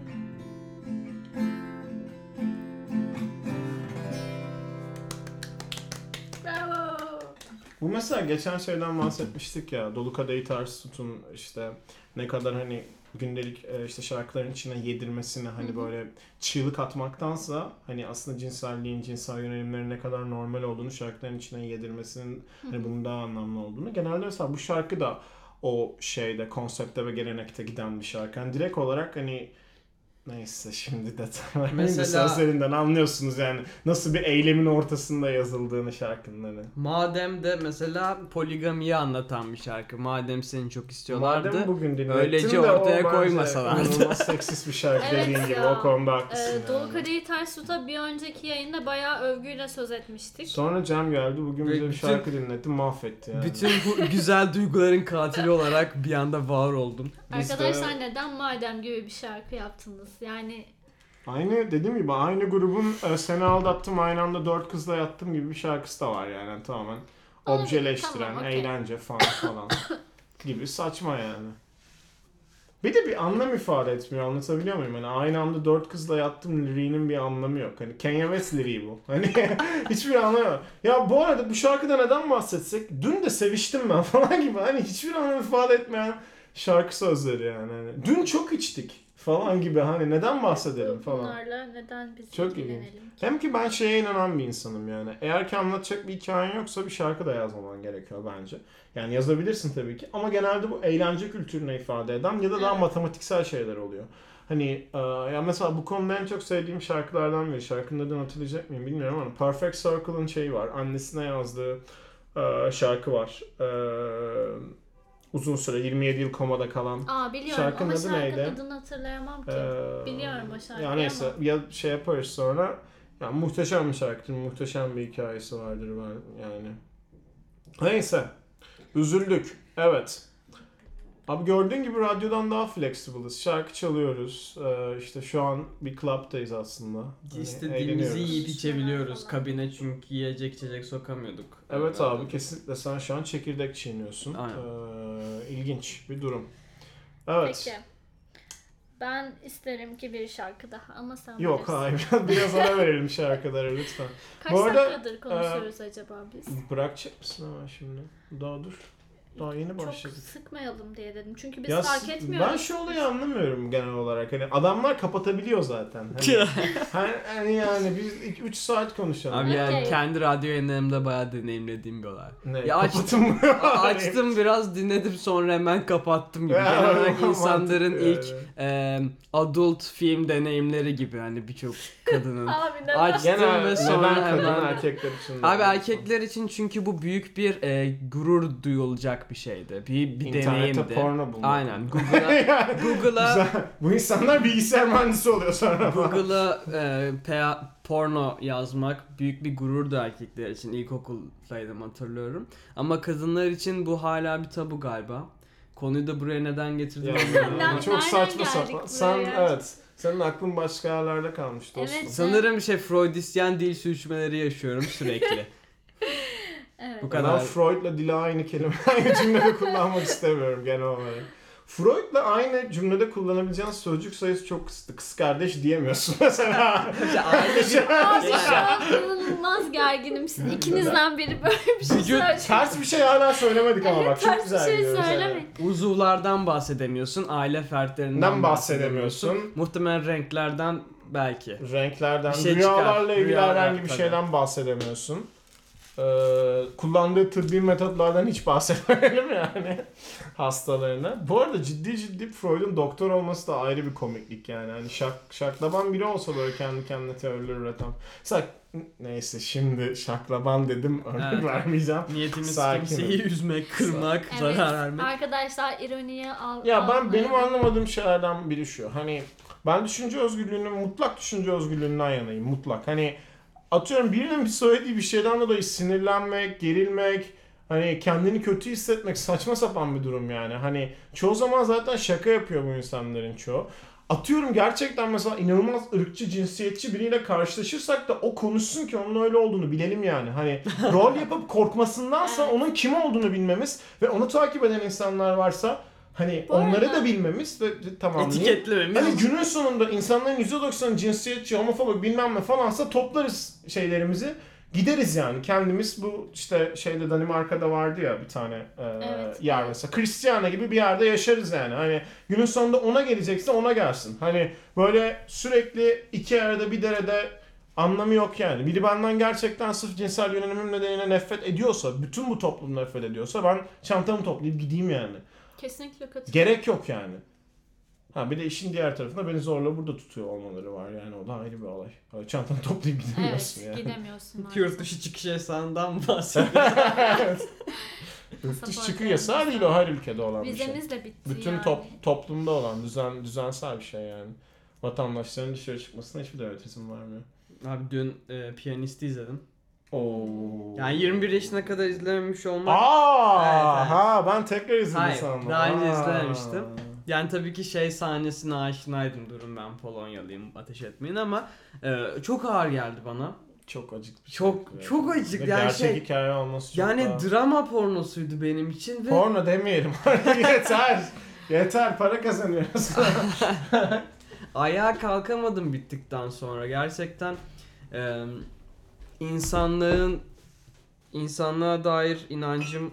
Bravo. Bu mesela geçen şeyden bahsetmiştik ya, dolu kadehi ters tutun, işte ne kadar hani gündelik işte şarkıların içine yedirmesini hani böyle çığlık atmaktansa hani aslında cinselliğin, cinsel yönelimlerin ne kadar normal olduğunu şarkıların içine yedirmesinin hani bunun daha anlamlı olduğunu. Genelde mesela bu şarkı da o şeyde, konsepte ve gelenekte giden bir şarkı. Yani direkt olarak hani neyse şimdi detay vermeyeyim de Mesela- sözlerinden anlıyorsunuz yani nasıl bir eylemin ortasında yazıldığını şarkının hani. Madem de mesela poligamiyi anlatan bir şarkı. Madem seni çok istiyorlardı. Madem bugün dinlettin öylece de ortaya o bence koymasalardı. inanılmaz seksist bir şarkı Evet dediğin gibi ya. o konuda haklısın Dolu yani. Kadehi Ters Tut'a bir önceki yayında bayağı övgüyle söz etmiştik. Sonra Cem geldi bugün Ve bize bir bütün- şarkı dinletti, mahvetti yani. Bütün bu güzel duyguların katili olarak bir anda var oldum. Biz de- Arkadaşlar neden Madem gibi bir şarkı yaptınız? Yani Aynı dediğim gibi aynı grubun Seni Aldattım Aynı Anda Dört Kızla Yattım gibi bir şarkısı da var yani tamamen Olabilir, objeleştiren, tamam, okey. eğlence falan gibi saçma yani. Bir de bir anlam ifade etmiyor, anlatabiliyor muyum? Hani aynı anda dört kızla yattım liriğinin bir anlamı yok. Hani Kanye West liriği bu. Hani hiçbir anlamı yok. Ya bu arada bu şarkıda neden bahsetsek? Dün de seviştim ben falan gibi. Hani hiçbir anlam ifade etmeyen şarkı sözleri yani. Hani dün çok içtik falan gibi. Hani neden bahsedelim falan. bunlarla neden biz Çok ilgilenelim ilginç. ki? Hem ki ben şeye inanan bir insanım yani. Eğer ki anlatacak bir hikayen yoksa bir şarkı da yazmaman gerekiyor bence. Yani yazabilirsin tabii ki ama genelde bu eğlence kültürüne ifade eden ya da daha Evet. matematiksel şeyler oluyor. Hani ya mesela bu konuda en çok sevdiğim şarkılardan biri. Şarkının adını hatırlayacak mıyım bilmiyorum ama Perfect Circle'ın şeyi var. Annesine yazdığı şarkı var. Uzun süre 27 yıl komada kalan. Biliyorum Şarkının ama adı şarkının neydi? adını hatırlayamam ki. Biliyorum o şarkıyı Ya neyse ama. ya şey yaparız sonra. Ya muhteşem bir şarkıdır. Muhteşem bir hikayesi vardır ben yani. Neyse. Üzüldük. Evet. Abi gördüğün gibi radyodan daha flexible'ız. Şarkı çalıyoruz. İşte şu an bir club'dayız aslında. Hani İstediğimizi eğleniyoruz. yiyip içebiliyoruz kabine çünkü yiyecek içecek sokamıyorduk. Evet abi kesinlikle sen şu an çekirdek çiğniyorsun. Aynen. İlginç bir durum. Evet. Peki. Ben isterim ki bir şarkı daha ama sen Yok bilirsin. hayır biraz ara verelim şarkılara lütfen. Kaç Bu arada, dakikadır konuşuyoruz acaba biz? Bırakacak mısın ama şimdi? Daha dur. Daha yeni Çok başladık. sıkmayalım diye dedim. Çünkü biz Ya fark etmiyoruz. ben şu olayı anlamıyorum genel olarak. Hani adamlar kapatabiliyor zaten. Hani yani biz 3 saat konuşalım. Abi yani Okey. kendi radyo yayınlarımda bayağı deneyimlediğim bir olay. Ne? Ya Kapatın mı? Açtım biraz dinledim sonra hemen kapattım gibi. Ya, Genel olarak mantıklı insanların yani. ilk adult film deneyimleri gibi hani birçok kadının. Abi neden? Aç- Genel ve neden sonra kadın hemen- erkekler için? de? Abi erkekler için çünkü bu büyük bir gurur duyulacak bir şeydi. Bir İnternette deneyimdi. porno bulmak. Aynen. Google'a Güzel. Bu insanlar bilgisayar mühendisi oluyor sonra. Google'a porno yazmak büyük bir gururdu erkekler için. İlkokuldaydım hatırlıyorum. Ama kadınlar için bu hala bir tabu galiba. Konuyu da buraya neden getirdim bilmiyorum ama- Nereden çok saçma geldik sapan. buraya? Sen evet. Senin aklın başka yerlerde kalmış dostum. Evet. Sanırım Freudisyen dil sürçmeleri yaşıyorum sürekli. Evet. Bu Ben kadar. Freud'la dili aynı kelime, aynı cümlede kullanmak istemiyorum genel olarak. Freud'la aynı cümlede kullanabileceğin sözcük sayısı çok kısıtlı. Kız kardeş diyemiyorsun mesela. İşte aile bir- Abi şu an inanılmaz gerginim. Siz ikinizden biri böyle bir şey Vücut söyleyecek. Ters bir şey hala söylemedik ama bak çok Ters bir güzel şey gidiyoruz yani. söylemeyin. uzuvlardan bahsedemiyorsun, aile fertlerinden Den bahsedemiyorsun. Muhtemelen renklerden belki. Renklerden, Bir şey rüyalarla çıkar. ilgili Rüyalar, herhangi bir tabii. şeyden bahsedemiyorsun. Kullandığı tıbbi metotlardan hiç bahsetmeyelim yani hastalarına. Bu arada ciddi Freud'un doktor olması da ayrı bir komiklik yani. Hani şaklaban biri olsa böyle kendi kendine teoriler üreten. Mesela neyse şimdi şaklaban dedim örnek Evet. vermeyeceğim. Niyetimiz Sakinim. kimseyi üzmek, kırmak, Evet. zarar vermek. Arkadaşlar ironiye al. Ya benim almayın. anlamadığım şeylerden biri şu. Hani ben düşünce özgürlüğünün mutlak düşünce özgürlüğünden yanayım. Mutlak. Hani atıyorum birinin bir söylediği bir şeyden dolayı sinirlenmek, gerilmek, hani kendini kötü hissetmek saçma sapan bir durum yani. Hani çoğu zaman zaten şaka yapıyor bu insanların çoğu. Atıyorum gerçekten mesela inanılmaz ırkçı, cinsiyetçi biriyle karşılaşırsak da o konuşsun ki onun öyle olduğunu bilelim yani. Hani rol yapıp korkmasındansa Evet. onun kim olduğunu bilmemiz ve onu takip eden insanlar varsa hani Bu onları arada- da bilmemiz ve tamamlayıp Etiketlememiz. hani günün sonunda insanların %90'ı cinsiyetçi, homofobik bilmem ne falansa toplarız şeylerimizi gideriz yani. Kendimiz bu işte şeyde Danimarka'da vardı ya bir tane Evet. yer mesela. Christiana gibi bir yerde yaşarız yani. Hani günün sonunda ona gelecekse ona gelsin. Hani böyle sürekli iki arada bir derede anlamı yok yani. Biri benden gerçekten sırf cinsel yönelimim nedeniyle nefret ediyorsa, bütün bu toplum nefret ediyorsa ben çantamı toplayıp gideyim yani. Kesinlikle katılıyorum. Gerek yok yani. Ha bir de işin diğer tarafında beni zorla burada tutuyor olmaları var yani o da ayrı bir olay. Öyle çantanı toplayıp gidemiyorsun Evet, yani. gidemiyorsun. Yurt dışı çıkış yasağından mı bahsediyorsun? Evet. Yurt dışı çıkı yasağı değil o her ülkede olan bir şey. Vizemiz de bitti Bütün yani. toplumda olan düzensel bir şey yani. Vatandaşların dışarı çıkmasına hiçbir devlet izin vermiyor. Abi dün Piyanist'i izledim. Oo. Yani 21 yaşına kadar izlememiş olmak. Aa, Evet, evet. ha ben tekrar izledim Hayır, sandım. daha önce Aa. izlememiştim. Yani tabii ki şey sahnesine aşinaydım, durun ben Polonyalıyım ateş etmeyin ama çok ağır geldi bana. Çok acık bir şey. Çok acık Ve yani gerçek şey. hikaye olması çok Yani daha... drama pornosuydu benim için ve Porno demeyelim. Yeter. Yeter para kazanıyoruz. ayağa kalkamadım bittikten sonra. Gerçekten insanlığa dair inancım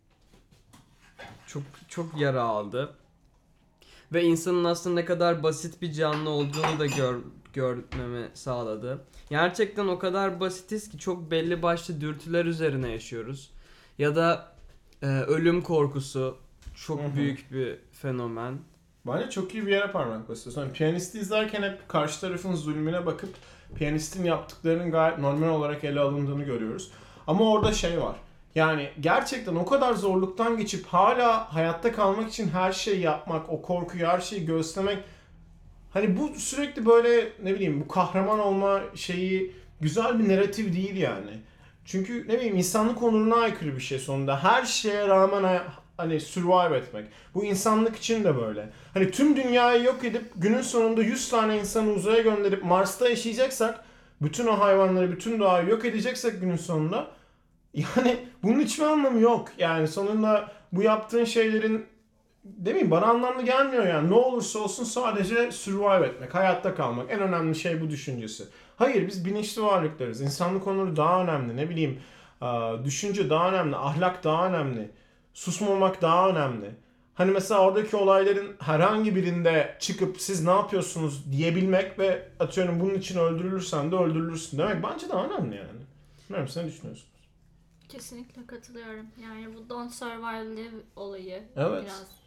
çok yara aldı. Ve insanın aslında ne kadar basit bir canlı olduğunu da görmemi sağladı. Gerçekten o kadar basitiz ki çok belli başlı dürtüler üzerine yaşıyoruz. Ya da ölüm korkusu çok Hı hı. büyük bir fenomen. Bence çok iyi bir yere parmak basıyorsun. Yani Piyanist'i izlerken hep karşı tarafın zulmüne bakıp piyanistin yaptıklarının gayet normal olarak ele alındığını görüyoruz. Ama orada şey var. Yani gerçekten o kadar zorluktan geçip hala hayatta kalmak için her şeyi yapmak, o korkuyu, her şeyi göğüslemek. Hani bu sürekli böyle ne bileyim bu kahraman olma şeyi güzel bir narratif değil yani. Çünkü ne bileyim insanlık onuruna aykırı bir şey sonunda. Her şeye rağmen hani survive etmek. Bu insanlık için de böyle. Hani tüm dünyayı yok edip günün sonunda 100 tane insanı uzaya gönderip Mars'ta yaşayacaksak, bütün o hayvanları, bütün doğayı yok edeceksek günün sonunda yani bunun hiçbir anlamı yok. Yani sonunda bu yaptığın şeylerin demeyin bana anlamlı gelmiyor yani. Ne olursa olsun sadece survive etmek, hayatta kalmak. En önemli şey bu düşüncesi. Hayır, biz bilinçli varlıklarız. İnsanlık onuru daha önemli. Ne bileyim, düşünce daha önemli, ahlak daha önemli. Susmamak daha önemli. Hani mesela oradaki olayların herhangi birinde çıkıp siz ne yapıyorsunuz diyebilmek ve atıyorum bunun için öldürülürsen de öldürülürsün demek bence daha önemli yani. Bilmiyorum, sen ne düşünüyorsun? Kesinlikle katılıyorum. Yani bu don't survive live olayı Evet. biraz.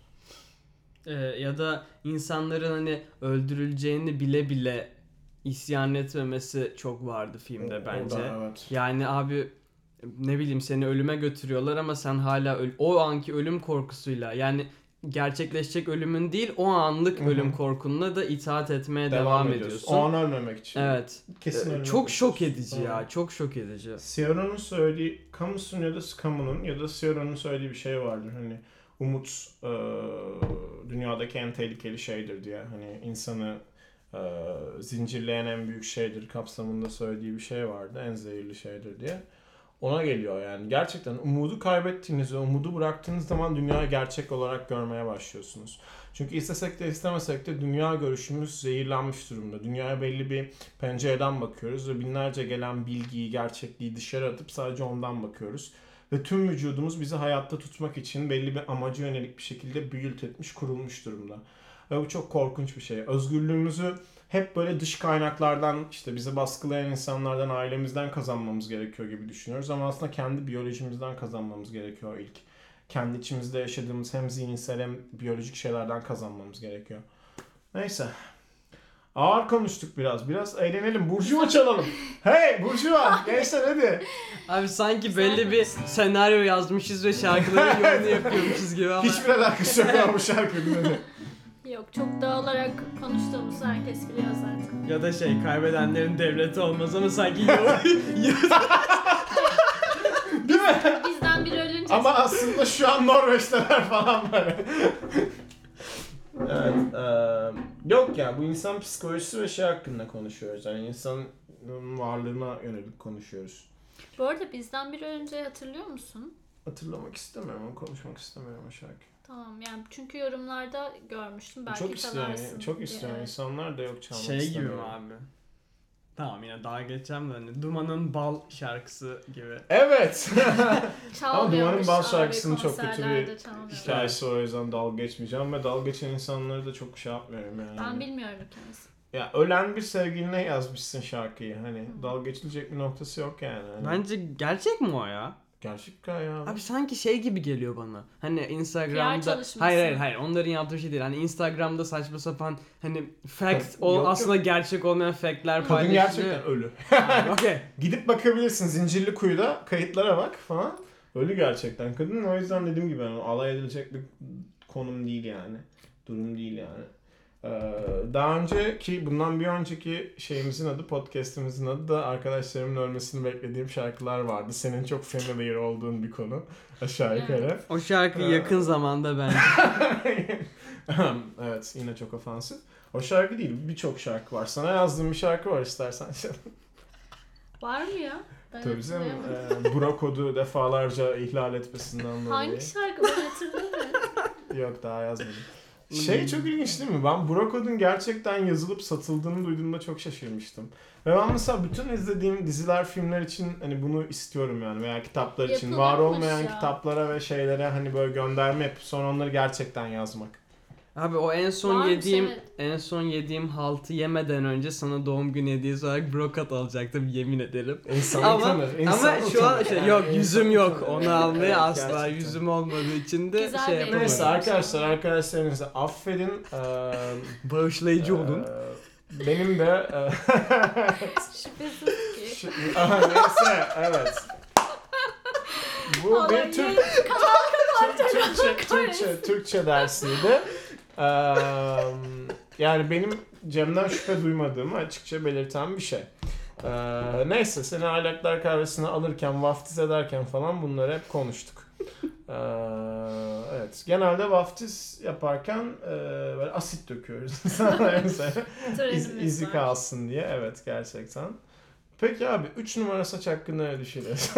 Ya da insanların hani öldürüleceğini bile bile isyan etmemesi çok vardı filmde bence. Evet. Yani abi ne bileyim seni ölüme götürüyorlar ama sen hala o anki ölüm korkusuyla, yani gerçekleşecek ölümün değil o anlık Hı hı. ölüm korkunla da itaat etmeye devam ediyorsun. O an ölmemek için. Evet. Kesin ölmemek Çok şok istiyorsun. edici ya. Çok şok edici. Cioran'ın söylediği, Camus'un ya da Camus'un ya da Cioran'ın söylediği bir şey vardır. Hani umut dünyadaki en tehlikeli şeydir diye. Hani insanı zincirleyen en büyük şeydir kapsamında söylediği bir şey vardı. En zehirli şeydir diye. Ona geliyor yani. Gerçekten umudu kaybettiğiniz ve umudu bıraktığınız zaman dünyayı gerçek olarak görmeye başlıyorsunuz. Çünkü istesek de istemesek de dünya görüşümüz zehirlenmiş durumda. Dünyaya belli bir pencereden bakıyoruz ve binlerce gelen bilgiyi, gerçekliği dışarı atıp sadece ondan bakıyoruz. Ve tüm vücudumuz bizi hayatta tutmak için belli bir amaca yönelik bir şekilde büyült etmiş, kurulmuş durumda. Ve bu çok korkunç bir şey. Özgürlüğümüzü hep böyle dış kaynaklardan, işte bizi baskılayan insanlardan, ailemizden kazanmamız gerekiyor gibi düşünüyoruz. Ama aslında kendi biyolojimizden kazanmamız gerekiyor ilk. Kendi içimizde yaşadığımız hem zihinsel hem biyolojik şeylerden kazanmamız gerekiyor. Neyse. Ağır konuştuk biraz. Biraz eğlenelim. Burjuva çalalım. Hey Burjuva! Gençler hadi. Abi sanki belli bir senaryo yazmışız ve şarkıların yolunu yapıyormuşuz gibi ama. Hiçbir alakası yok ama bu şarkının. Yok, çok dağılarak konuştuğumuzu herkes biliyor zaten. Ya da kaybedenlerin devleti olmaz ama sanki Değil mi? Bizden biri ölünce Ama aslında şu an Norveç'teler falan böyle. Evet. Yok ya, bu insan psikolojisi ve şey hakkında konuşuyoruz. Yani insanın varlığına yönelik konuşuyoruz. Bu arada bizden biri ölünce hatırlıyor musun? Hatırlamak istemiyorum ama konuşmak istemiyorum o şarkıyı. Tamam, yani çünkü yorumlarda görmüştüm. Belki Çok istiyor, çalarsın çok diye. istiyor. Evet. İnsanlar da yok çalmak gibi istemiyor. mi abi? Tamam, yine daha geçeceğim de hani Duman'ın Bal şarkısı gibi. Evet. Ama Çalmıyormuş Duman'ın Bal abi, şarkısının çok kötü konserlerde bir çalmıyor. hikayesi var, o yüzden dalga geçmeyeceğim ve dalga geçen insanları da çok şey yapmıyorum yani. Ben bilmiyorum kendisi. Ya ölen bir sevgiline yazmışsın şarkıyı, hani dalga geçilecek bir noktası yok yani. Hani Bence gerçek mi o ya? gerçek hikaye abi. Abi sanki gibi geliyor bana. Hani PR Instagram'da çalışması. hayır onların yaptığı şey değil. Hani Instagram'da saçma sapan hani fact Yok. aslında gerçek olmayan fact'ler Kadın paylaşılıyor. gerçekten ölü. Okey. Gidip bakabilirsin Zincirli Kuyu'da, kayıtlara bak falan. Ölü gerçekten kadın. O yüzden dediğim gibi yani alay edilecek bir konum değil yani. Durum değil yani. Daha önceki, bundan bir önceki şeyimizin adı, podcast'imizin adı da arkadaşlarımın ölmesini beklediğim şarkılar vardı. Senin çok familiar olduğun bir konu aşağı yukarı. O şarkı yakın zamanda bence. Evet, yine çok ofansif. O şarkı değil, birçok şarkı var. Sana yazdığım bir şarkı var istersen. Var mı ya? Ben Tabii canım. hatırlayamadım. Burak kodu defalarca ihlal etmesinden dolayı. Hangi şarkı, ben hatırlamıyorum. Yok, daha yazmadım. Çok ilginç değil mi? Ben Burak Kod'un gerçekten yazılıp satıldığını duyduğumda çok şaşırmıştım. Ve ben mesela bütün izlediğim diziler, filmler için hani bunu istiyorum yani, veya kitaplar için. Var Yapılırmış olmayan ya. kitaplara ve şeylere hani böyle gönderme yapıp sonra onları gerçekten yazmak. Abi o en son Varmış, yediğim evet. en son yediğim haltı yemeden önce sana doğum günü hediyesi olarak brokat alacaktım, yemin ederim. İnsan Ama utanır. İnsan ama şu an utanır. yok, Yani yüzüm insan yok. utanır. Onu almaya Evet, asla gerçekten. yüzüm olmadığı için de Güzel şey bir yapamadım. Neyse arkadaşlarınızı affedin. Bağışlayıcı olun. Benim de Şüphesiz ki. neyse, evet. Bu Vallahi bir Türkçe dersiydi. Yani benim Cem'den şüphe duymadığımı açıkça belirten bir şey. Neyse, seni Ahlaklar Kahvesi'ne alırken, vaftiz ederken falan bunları hep konuştuk. Evet. Genelde vaftiz yaparken böyle asit döküyoruz insanlara mesela. İzi kalsın diye. Evet, gerçekten. Peki abi 3 numara saç hakkında ne düşünüyorsun?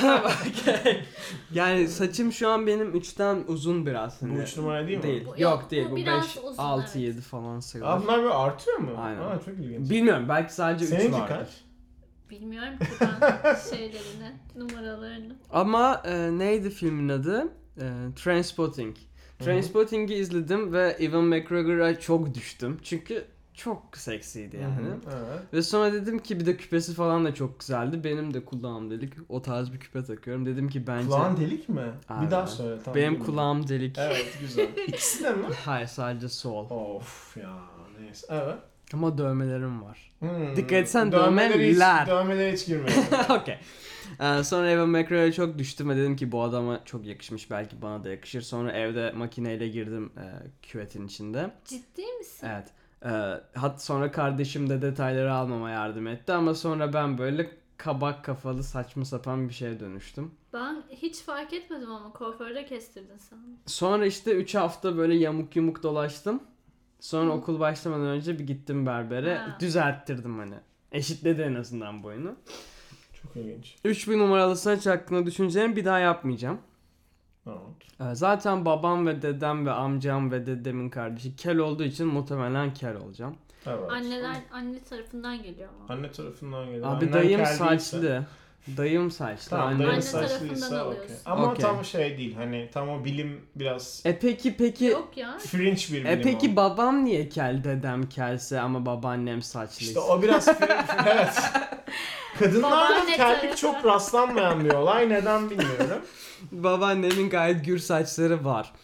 Yani saçım şu an benim 3'ten uzun biraz. Bu 3 numara değil mi? Değil. Bu- Yok bu değil. Bu biraz 5, uzun, 6, evet. 7 falan sayılır. Abi bunlar böyle artıyor mu? Aynen. Aa, çok ilginç. Bilmiyorum, belki sadece 3 Seninki vardır. kaç? Bilmiyorum ki ben şeylerini, numaralarını. Ama neydi filmin adı? Trainspotting. Trainspotting'i izledim ve Ewan McGregor'a çok düştüm. Çünkü çok seksiydi yani. Evet. Ve sonra dedim ki bir de küpesi falan da çok güzeldi. Benim de kulağım delik. O tarz bir küpe takıyorum. Dedim ki bence... Kulağın delik mi? Aynen. Bir daha söyle. Tamam, Benim bilmiyorum. kulağım delik. Evet güzel. İkisi de mi? Hayır, sadece sol. Of ya neyse. Evet. Ama dövmelerim var. Hmm. Dikkat etsen Dövmeleri dövmeler. Dövmelere hiç girmeyelim. Okey. Sonra Ewan McGregor'a çok düştüm ve dedim ki bu adama çok yakışmış, belki bana da yakışır. Sonra evde makineyle girdim küvetin içinde. Ciddi misin? Evet. Sonra kardeşim de detayları almama yardım etti ama sonra ben böyle kabak kafalı saçma sapan bir şeye dönüştüm. Ben hiç fark etmedim ama kuaförde kestirdin sen. Sonra işte 3 hafta böyle yamuk yumuk dolaştım. Sonra Hı. okul başlamadan önce bir gittim berbere. Ha. Düzelttirdim hani. Eşitledi en azından boyunu. Çok ilginç. 3000 numaralı saç hakkında düşüneceğim, bir daha yapmayacağım. Evet. Zaten babam ve dedem ve amcam ve dedemin kardeşi kel olduğu için muhtemelen kel olacağım. Evet. Anne tarafından geliyor ama. Anne tarafından geliyor. Abi Annen dayım kel değilse- saçlı. Dayım saçlı. Tamam annem dayın Anne saçlı. saçlıysa tarafından okey. alıyorsun. Ama Okey. tam şey değil. Hani tam o bilim biraz Peki Yok ya. fringe bir bilim peki o. babam niye kel, dedem kelse ama babaannem saçlı? İşte o biraz fringe. Evet. Kadınlarda Babaanne kellik tarafı. çok rastlanmayan bir olay. Neden bilmiyorum. Babaannemin gayet gür saçları var.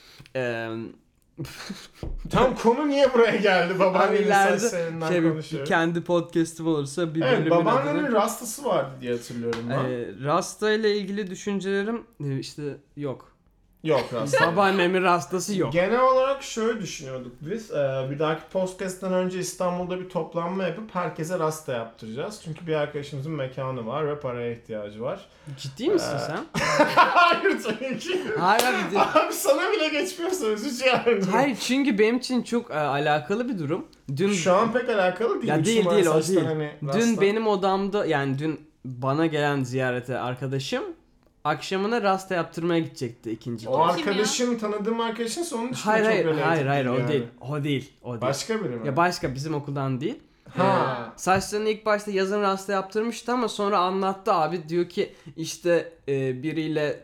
Tam konu niye buraya geldi? Babaannenin ileride saçlarından bir konuşuyoruz. kendi podcast'im olursa bir Evet bölümün babaannenin adını... rastası vardı diye hatırlıyorum ben. Rasta ile ilgili düşüncelerim işte yok. Yok rasta. Babaannemin rastası yok. Genel olarak şöyle düşünüyorduk biz. Bir dahaki podcast'ten önce İstanbul'da bir toplanma yapıp herkese rasta yaptıracağız. Çünkü bir arkadaşımızın mekanı var ve paraya ihtiyacı var. Ciddi misin sen? Hayır tabii ki. Hayır abi. Abi sana bile geçmiyorsanız hiç yani. Hayır, çünkü benim için çok alakalı bir durum. Dün Şu an pek alakalı değil. Ya Üç değil, numara değil, o saçtan değil. hani dün rasta. benim odamda, yani dün bana gelen ziyarete arkadaşım akşamına rasta yaptırmaya gidecekti ikinci O kez. arkadaşın tanıdığım arkadaşın onun için Hayır çok hayır related hayır hayır değil o yani. değil. O değil. O değil. Başka biri mi? Ya başka, bizim okuldan değil. Ha. Saçlarını ilk başta yazın rasta yaptırmıştı ama sonra anlattı abi, diyor ki işte biriyle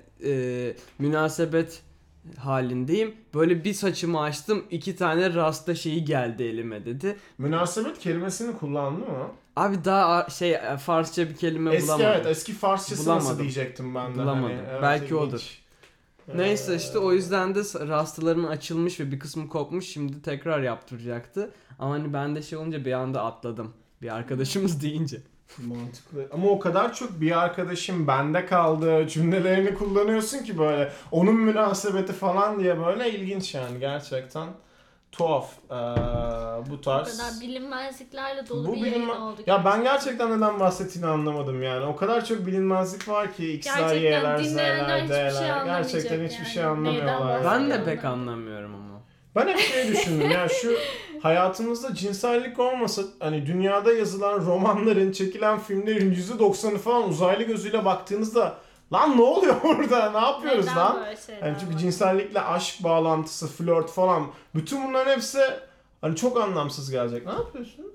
münasebet halindeyim. Böyle bir saçımı açtım, 2 tane rasta şeyi geldi elime dedi. Münasebet kelimesini kullandı mı? Abi daha Farsça bir kelime Eski bulamadım. evet eski Farsçası Bulamadım. nasıl diyecektim ben de. Bulamadım. Hani, evet, Belki ilginç. odur. Neyse işte o yüzden de rastalarım açılmış ve bir kısmı kopmuş. Şimdi tekrar yaptıracaktı. Ama hani ben de şey olunca bir anda atladım. Bir arkadaşımız deyince. Mantıklı. Ama o kadar çok bir arkadaşım bende kaldı cümlelerini kullanıyorsun ki böyle onun münasebeti falan diye, böyle ilginç yani gerçekten tuhaf. Bu Bu tarz. kadar bilinmezliklerle dolu Bu bir yayın bilinme- oldu. Ya ben gerçekten neden bahsettiğini anlamadım yani. O kadar çok bilinmezlik var ki X'ler, Gerçekten Y'ler, dinleyenler Z'ler, hiçbir şey D'ler. anlamayacak Gerçekten hiçbir yani. şey Neyden anlamıyorlar. Ben de Yani. pek anlamıyorum ama. Ben hep şey düşündüm ya, şu hayatımızda cinsellik olmasa hani dünyada yazılan romanların, çekilen filmlerin %90'ı falan uzaylı gözüyle baktığınızda lan ne oluyor burada, ne yapıyoruz Neden lan? böyle şeyler Yani çünkü var? cinsellikle aşk bağlantısı, flört falan, bütün bunların hepsi hani çok anlamsız gelecek. Ne yapıyorsun?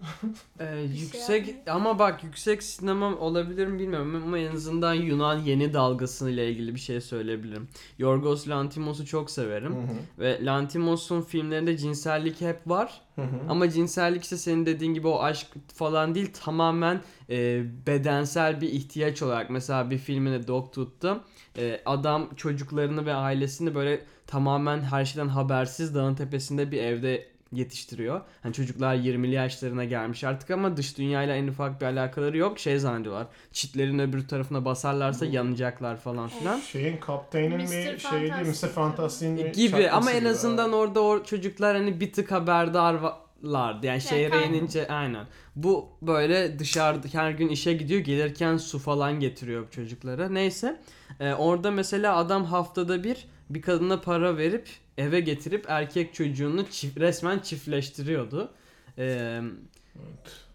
Yüksek ama bak, yüksek sinema olabilir mi bilmiyorum ama en azından Yunan yeni dalgasıyla ilgili bir şey söyleyebilirim. Yorgos Lanthimos'u çok severim ve Lanthimos'un filmlerinde cinsellik hep var. Ama cinsellik işte senin dediğin gibi o aşk falan değil, tamamen bedensel bir ihtiyaç olarak. Mesela bir filmine Dogtooth'ta adam çocuklarını ve ailesini böyle tamamen her şeyden habersiz dağın tepesinde bir evde yetiştiriyor. Hani çocuklar 20'li yaşlarına gelmiş artık ama dış dünyayla en ufak bir alakaları yok. Şey zannediyorlar, çitlerin öbür tarafına basarlarsa yanacaklar falan filan. Şeyin kapteinin bir Mr. şeydi, Fantastic. Mr. Fantastic'in bir Gibi çakması ama en gibi. azından orada o çocuklar hani bir tık haberdarlardı. Yani şehre kayboldu. inince aynen. Bu böyle dışarıda her gün işe gidiyor, gelirken su falan getiriyor çocuklara. Neyse orada mesela adam haftada bir kadına para verip eve getirip erkek çocuğunu resmen çiftleştiriyordu. Evet.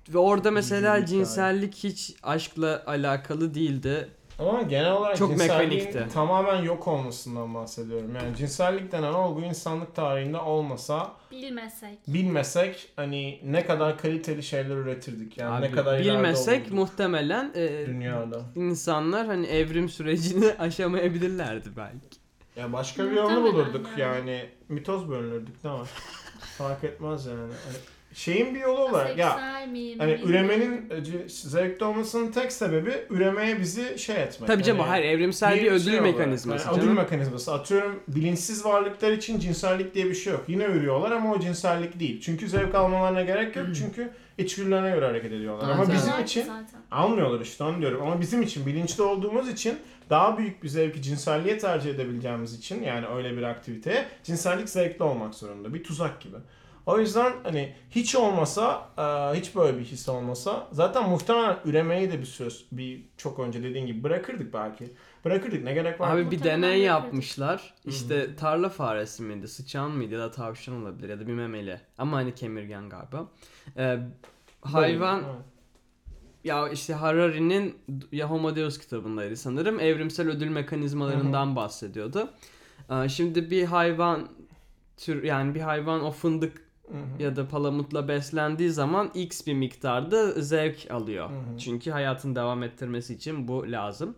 Ve orada mesela Üzücü bir cinsellik hiç aşkla alakalı değildi. Ama genel olarak Çok cinselliğin mekanikti. tamamen yok olmasından bahsediyorum. Yani cinsellik denen olgu insanlık tarihinde olmasa, bilmesek hani ne kadar kaliteli şeyler üretirdik. Yani Abi, ne kadar ileride bilmesek olurduk muhtemelen dünyada. insanlar hani evrim sürecini aşamayabilirlerdi belki. Ya başka bir yolunu Muhtemelen bulurduk yani. yani mitoz bölünürdük ne var? Fark etmez yani. Hani şeyin bir yolu olarak ya Aseksüel miyim? hani bilmiyorum. üremenin zevkli olmasının tek sebebi üremeye bizi şey etmek. Tabii canım, Hani hayır, evrimsel bir ödül şey olarak, mekanizması hani ödül canım. mekanizması. Atıyorum bilinçsiz varlıklar için cinsellik diye bir şey yok. Yine ürüyorlar ama o cinsellik değil. Çünkü zevk almalarına gerek yok. Çünkü içgüdülerine göre hareket ediyorlar. Ama Zaten. bizim Zaten. için almıyorlar işte onu diyorum. Ama bizim için bilinçli olduğumuz için daha büyük bir zevki cinselliğe tercih edebileceğimiz için yani öyle bir aktiviteye cinsellik zevkli olmak zorunda. Bir tuzak gibi. O yüzden hani hiç olmasa, hiç böyle bir his olmasa zaten muhtemelen üremeyi de bir çok önce dediğin gibi bırakırdık belki. Bırakırdık ne gerek var? Abi ki? bir Muhtemelen deney bırakırdık. yapmışlar. İşte tarla faresi miydi, sıçan mıydı ya da tavşan olabilir ya da bir memeli. Ama hani kemirgen galiba. Hayvan Evet. ya işte Harari'nin ya Homo Deus kitabındaydı sanırım. Evrimsel ödül mekanizmalarından bahsediyordu. Şimdi bir hayvan yani bir hayvan o fındık ya da palamutla beslendiği zaman X bir miktarda zevk alıyor. Çünkü hayatını devam ettirmesi için bu lazım.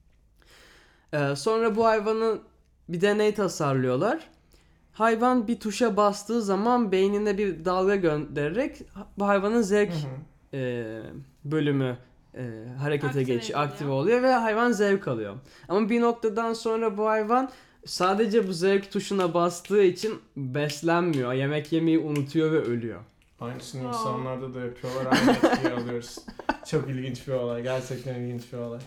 Sonra bu hayvanın bir deney tasarlıyorlar. Hayvan bir tuşa bastığı zaman beynine bir dalga göndererek bu hayvanın zevk bölümü harekete Aktive geçiyor, ediliyor. aktive oluyor ve hayvan zevk alıyor. Ama bir noktadan sonra bu hayvan sadece bu zevk tuşuna bastığı için beslenmiyor. Yemek yemeyi unutuyor ve ölüyor. Aynısını Wow. insanlarda da yapıyorlar. Aynı etkiyi alıyoruz. Çok ilginç bir olay. Gerçekten ilginç bir olay.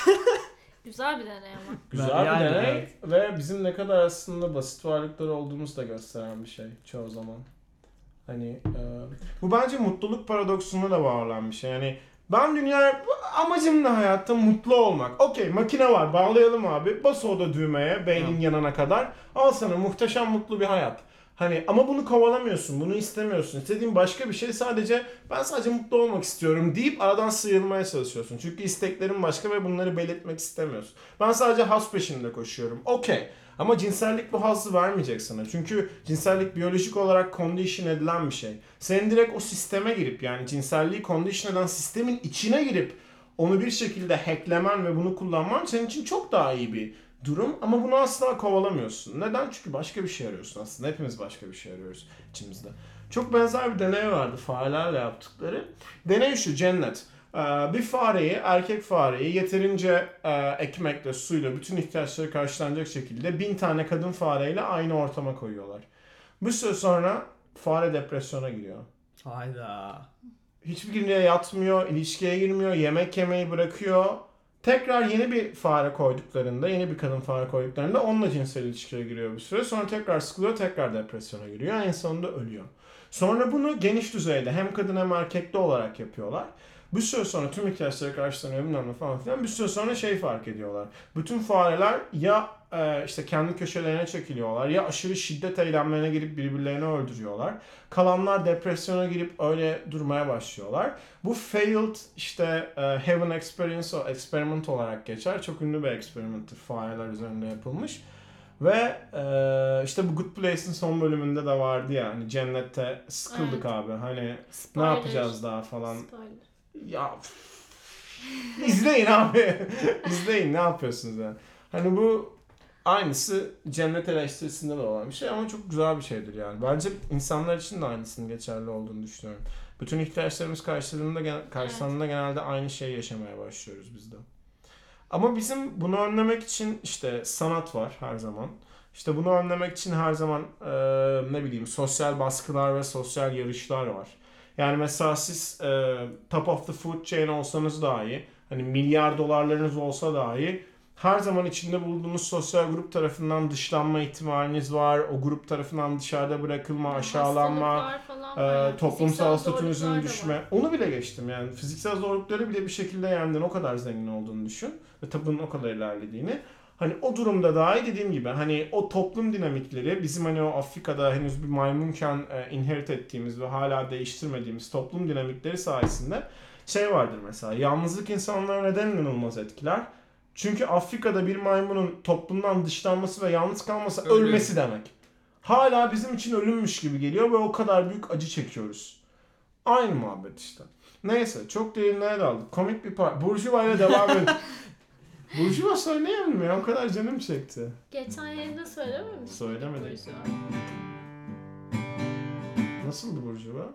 Güzel bir deney ama. Güzel Yani bir deney evet. ve bizim ne kadar aslında basit varlıklar olduğumuzu da gösteren bir şey çoğu zaman. Hani bu bence mutluluk paradoksunda da var olan bir şey. Yani ben amacım ne hayatta? Mutlu olmak. Okey, makine var, bağlayalım abi. Bas orada düğmeye beynin yanana kadar. Al sana muhteşem mutlu bir hayat. Hani ama bunu kovalamıyorsun, bunu istemiyorsun. İstediğin başka bir şey, ben sadece mutlu olmak istiyorum deyip aradan sıyrılmaya çalışıyorsun. Çünkü isteklerin başka ve bunları belirtmek istemiyorsun. Ben sadece haz peşinde koşuyorum. Okey. Ama cinsellik bu hazzı vermeyecek sana. Çünkü cinsellik biyolojik olarak condition edilen bir şey. Senin direkt o sisteme girip yani cinselliği condition eden sistemin içine girip onu bir şekilde hacklemen ve bunu kullanman senin için çok daha iyi bir durum. Ama bunu asla kovalamıyorsun. Neden? Çünkü başka bir şey arıyorsun aslında. Hepimiz başka bir şey arıyoruz içimizde. Çok benzer bir deney vardı farelerle yaptıkları. Deney şu, cennet. Bir erkek fareyi yeterince ekmekle, suyla, bütün ihtiyaçları karşılanacak şekilde 1000 tane kadın fareyle aynı ortama koyuyorlar. Bir süre sonra fare depresyona giriyor. Hayda. Hiçbirine yatmıyor, ilişkiye girmiyor, yemek yemeyi bırakıyor. Tekrar yeni bir fare koyduklarında, yeni bir kadın fare koyduklarında onunla cinsel ilişkiye giriyor bir süre. Sonra tekrar sıkılıyor, tekrar depresyona giriyor. En sonunda ölüyor. Sonra bunu geniş düzeyde hem kadın hem erkekli olarak yapıyorlar. Bir süre sonra tüm ihtiyaçları karşılanıyor bilmem ne falan filan. Bir süre sonra fark ediyorlar. Bütün fareler ya işte kendi köşelerine çekiliyorlar ya aşırı şiddet eylemlerine girip birbirlerini öldürüyorlar. Kalanlar depresyona girip öyle durmaya başlıyorlar. Bu failed işte heaven experience experiment olarak geçer. Çok ünlü bir experiment'tir. Fareler üzerinde yapılmış. Ve işte bu Good Place'in son bölümünde de vardı ya hani cennette sıkıldık Evet. abi hani Spoiler. ne yapacağız daha falan. Spoiler. Ya izleyin abi. İzleyin ne yapıyorsunuz yani. Hani bu aynısı cennet eleştirisinde de olan bir şey ama çok güzel bir şeydir yani. Bence insanlar için de aynısının geçerli olduğunu düşünüyorum. Bütün ihtiyaçlarımız karşılandığında genelde aynı şeyi yaşamaya başlıyoruz biz de. Ama bizim bunu önlemek için işte sanat var her zaman. İşte bunu önlemek için her zaman ne bileyim sosyal baskılar ve sosyal yarışlar var. Yani mesela siz top of the food chain olsanız dahi, hani milyar dolarlarınız olsa dahi her zaman içinde bulunduğunuz sosyal grup tarafından dışlanma ihtimaliniz var. O grup tarafından dışarıda bırakılma, aşağılanma, Hastalıklar falan var yani. toplumsal Fiziksel statünüzün zorluklar da düşme. var. Onu bile geçtim yani. Fiziksel zorlukları bile bir şekilde yendin. O kadar zengin olduğunu düşün. Ve tabii bunun o kadar ilerlediğini. Hani o durumda dahi dediğim gibi hani o toplum dinamikleri bizim hani o Afrika'da henüz bir maymunken inherit ettiğimiz ve hala değiştirmediğimiz toplum dinamikleri sayesinde şey vardır mesela. Yalnızlık insanları neden inanılmaz etkiler? Çünkü Afrika'da bir maymunun toplumdan dışlanması ve yalnız kalması Ölüm. ölmesi demek. Hala bizim için ölümmüş gibi geliyor ve o kadar büyük acı çekiyoruz. Aynı muhabbet işte. Neyse çok derinlere daldık. Komik bir Burjuva ile devam edelim. Burjuva söyleyeyim mi ya? O kadar canım çekti. Geçen yayında söylememiş Söylemedik. Burjuva? Nasıldı Burjuva?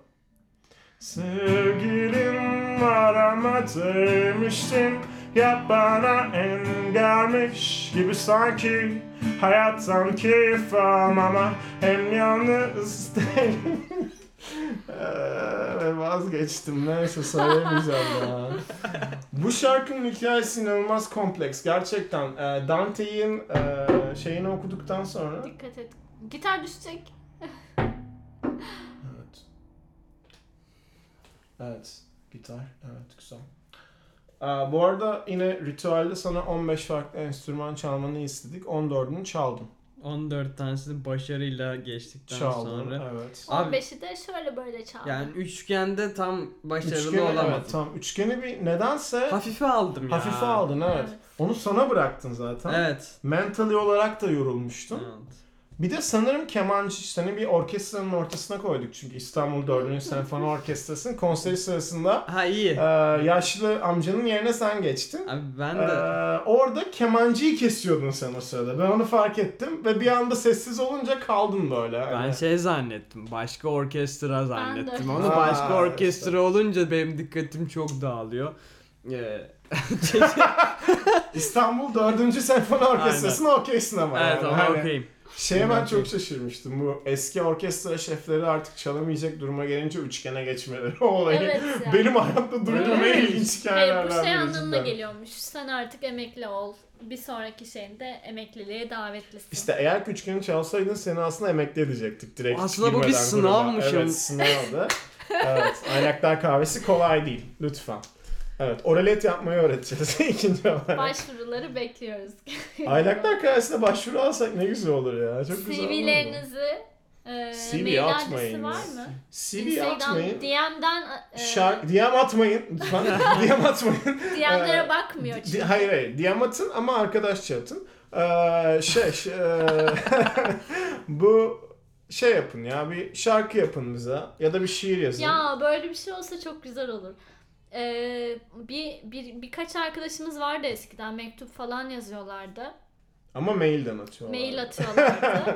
Sevgilim var ama demiştim ya bana engelmiş gibi sanki hayattan keyif almama hem yalnız değilim. Ve vazgeçtim. Neyse söylemeyeceğim ya. Bu şarkının hikayesi inanılmaz kompleks. Gerçekten Dante'nin şeyini okuduktan sonra... Dikkat et. Gitar düşecek. Evet. Evet. Gitar. Evet. Güzel. Bu arada yine ritüelde sana 15 farklı enstrüman çalmanı istedik. 14'ünü çaldım. 14 tanesini başarıyla geçtikten Çaldım. sonra. Evet. Abi- 15'i de şöyle böyle çaldı. Yani üçgende tam başarılı Üçgeni, olamadım. evet, tam üçgeni bir nedense Hafife aldım ya. hafife aldın evet. Evet. Onu sana bıraktın zaten. Evet. Mentally olarak da yorulmuştun. Evet. Bir de sanırım kemancı seni bir orkestranın ortasına koyduk. Çünkü İstanbul 4. Senfoni Orkestrası'nın konseri sırasında Ha iyi. yaşlı amcanın yerine sen geçtin. Abi ben de Orada kemancıyı kesiyordun sen o sırada. Ben onu fark ettim ve bir anda sessiz olunca kaldın böyle. ben Hani- şey zannettim. Başka orkestra zannettim. de. Onu Aa, başka orkestra işte. olunca benim dikkatim çok dağılıyor. İstanbul 4. Senfoni Orkestrası'nın okeysin ama. Evet yani. ama Hani okeyim. Şeye ben Okey. çok şaşırmıştım. Bu eski orkestra şefleri artık çalamayacak duruma gelince üçgene geçmeleri o olayı. Evet ya. Benim hayatta duyduğum en Evet. ilginç Hayır hikayelerden bu şey biri anlamına cidden. geliyormuş. Sen artık emekli ol. Bir sonraki şeyinde emekliliğe davetlisin. İşte eğer ki üçgeni çalsaydın seni aslında emekli edecektik direkt. Aslında bu bir girmeden sınavmış gruba. ama. Evet sınavdı. Evet Aylaklar kahvesi kolay değil lütfen. Evet oralet yapmayı öğreteceğiz ikinci olarak. Başvuruları bekliyoruz. Aylaklar kahvesine başvuru alsak ne güzel olur ya. Çok güzel olur. CV'lerinizi CV mail adresi atmayın. var mı? CV Instagram atmayın. DM'den DM atmayın lütfen. DM atmayın. DM'lere bakmıyor çünkü. Hayır DM atın ama arkadaşça atın. Bu şey yapın ya bir şarkı yapın bize ya da bir şiir yazın. Ya böyle bir şey olsa çok güzel olur. Birkaç arkadaşımız vardı eskiden mektup falan yazıyorlardı. Ama mailden atıyorlar. Mail atıyorlardı.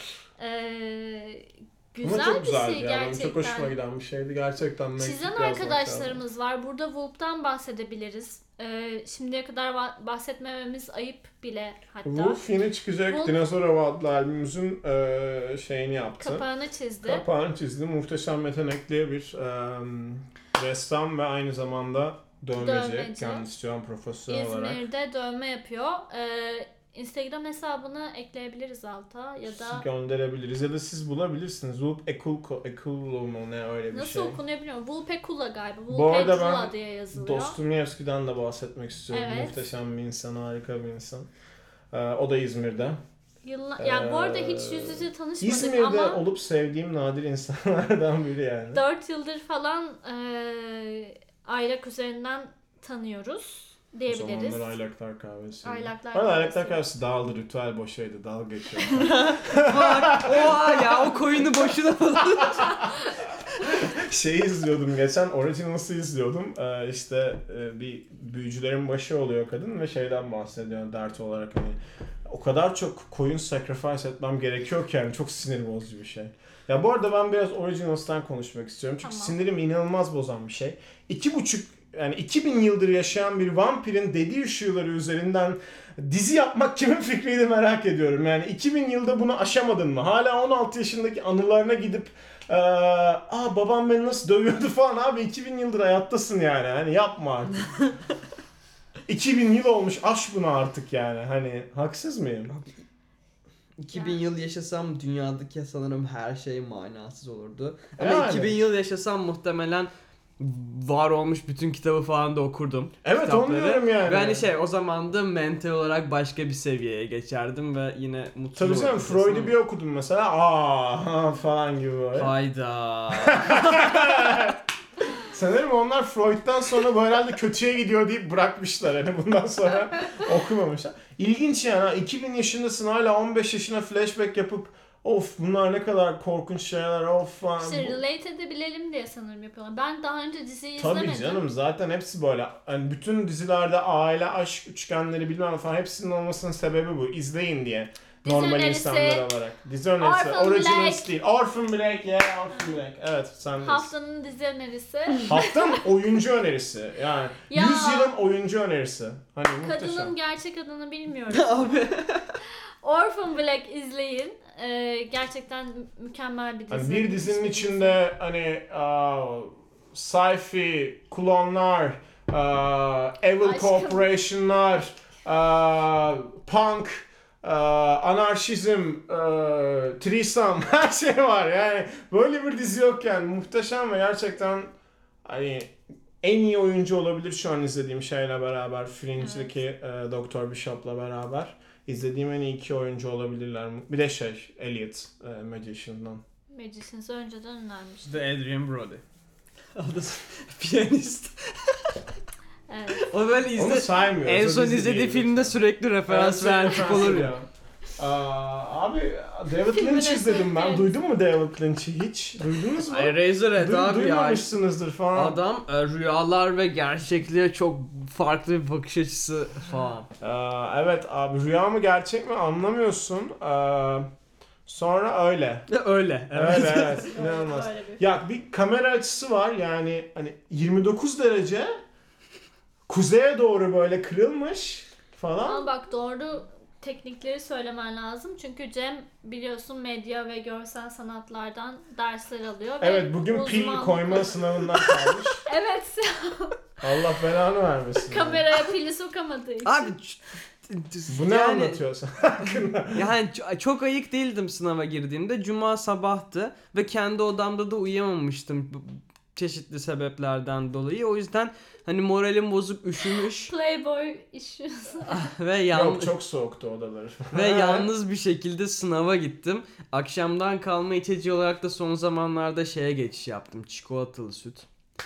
Güzel Ama çok bir güzeldi şey ya. Benim çok hoşuma gerçekten. giden bir şeydi. Gerçekten mektup Çizen yazmak arkadaşlarımız var. Burada Whoop'tan bahsedebiliriz. Şimdiye kadar bahsetmememiz ayıp bile hatta. Wolf yine çıkacak. Wolf- Dinozor Hava adlı albümümüzün şeyini yaptı. Kapağını çizdi. Kapağını çizdi. Muhteşem yetenekli bir ressam ve aynı zamanda dövmeci. Dövmeci. Kendisi şu an profesyonel olarak. İzmir'de dövme yapıyor. Instagram hesabını ekleyebiliriz alta ya da Gönderebiliriz ya da siz bulabilirsiniz. Zulp Ekulo mu ne öyle bir nasıl şey. okunuyor bilmiyorum. Vulpecula galiba. Bu arada Vulpecula ben diye yazılıyor. Dostoyevski'den de bahsetmek istiyorum. Evet. Muhteşem bir insan, harika bir insan. O da İzmir'de. Yani bu arada hiç yüz yüze tanışmadık İzmir'de ama olup sevdiğim nadir insanlardan biri yani. 4 yıldır falan aylak üzerinden tanıyoruz O diyebiliriz. zamanlar Aylaklar kahvesi. Aylaklar Hala Aylaklar kahvesi. kahvesi dağıldı, ritüel boşaydı, dalga geçiyor. Oha ya o koyunu boşuna falan. Şeyi izliyordum geçen, Originals'ı izliyordum. İşte bir büyücülerin başı oluyor kadın ve şeyden bahsediyor dert olarak hani o kadar çok koyun sacrifice etmem gerekiyor ki yani çok sinir bozucu bir şey. Ya bu arada ben biraz Originals'tan konuşmak istiyorum çünkü Tamam. sinirimi inanılmaz bozan bir şey. 2000 yıldır yaşayan bir vampirin dediği ışığları üzerinden dizi yapmak kimin fikriydi merak ediyorum. Yani 2000 yılda bunu aşamadın mı? Hala 16 yaşındaki anılarına gidip babam beni nasıl dövüyordu falan abi 2000 yıldır hayattasın yani. Hani yapma artık. 2000 yıl olmuş aş bunu artık yani. Hani haksız mıyım? 2000 yıl yaşasam dünyadaki sanırım her şey manasız olurdu. Ama Yani. 2000 yıl yaşasam muhtemelen var olmuş bütün kitabı falan da okurdum. Evet, onu diyorum yani. Ve hani o zaman da mental olarak başka bir seviyeye geçerdim ve yine mutlu Tabii canım, olurdum. Freud'u bir okudum mesela. Aa falan gibi böyle. Hayda. Sanırım onlar Freud'dan sonra bu herhalde kötüye gidiyor deyip bırakmışlar. Hani bundan sonra okumamışlar. İlginç yani. 2000 yaşındasın, hala 15 yaşına flashback yapıp of bunlar ne kadar korkunç şeyler of falan. İşte relate edebilelim diye sanırım yapıyorlar. Ben daha önce diziyi Tabii izlemedim. canım, zaten hepsi böyle. Hani bütün dizilerde aile aşk üçgenleri bilmem ne falan, hepsinin olmasının sebebi bu. İzleyin diye. Dizi Normal önerisi. insanlar olarak. Dizi önerisi. Orphan Originals Black. değil. Orphan Black ya, Orphan Black. Evet, sendeyiz. Haftanın dizi önerisi. Haftanın oyuncu önerisi. Yani Ya. 100 yılın oyuncu önerisi. Hani muhteşem. Kadının gerçek adını bilmiyorum. Abi. Orphan Black izleyin. Gerçekten mükemmel bir dizi. Hani bir dizinin içinde hani sci-fi, klonlar, evil Aşkım. corporation'lar, punk, anarşizm, threesome, her şey var. Yani böyle bir dizi yokken muhteşem ve gerçekten hani en iyi oyuncu olabilir şu an izlediğim şeyle beraber. Fringe'deki Dr. Bishop'la beraber. İzlediğim en iyi 2 oyuncu olabilirler. Bir de Elliot, Magician'dan. Magicians'ı önceden önermiştim. İşte Adrian Brody. O da piyanist. Evet. O böyle Onu saymıyoruz. en o son dizi izlediği değil. filmde sürekli referans veren tip olur ya. Abi David Filmin Lynch izledim ben. eseri. Duydun mu David Lynch'i hiç? Duydunuz mu? Ay Razorhead abi ya. Duymamışsınızdır falan. Adam rüyalar ve gerçekliğe çok farklı bir bakış açısı falan. Evet abi, rüya mı gerçek mi anlamıyorsun. Sonra öyle. Öyle. Evet evet. İnanılmaz. Böyle bir- Ya bir kamera açısı var yani hani 29 derece kuzeye doğru böyle kırılmış falan. Ama bak, doğru teknikleri söylemen lazım. Çünkü Cem biliyorsun medya ve görsel sanatlardan dersler alıyor. ve Evet, bugün pil uzmanlık- koyma sınavından kalmış. Evet. Allah belanı vermesin. Kameraya pili sokamadığı için. Abi Bu ne anlatıyorsun hakkında? Yani çok ayık değildim sınava girdiğimde. Cuma sabahtı ve kendi odamda da uyuyamamıştım çeşitli sebeplerden dolayı. O yüzden hani moralim bozuk, üşümüş Playboy issues. ve Yok, çok soğuktu odaları. ve yalnız bir şekilde sınava gittim. Akşamdan kalma içeceği olarak da son zamanlarda şeye geçiş yaptım. Çikolatalı süt.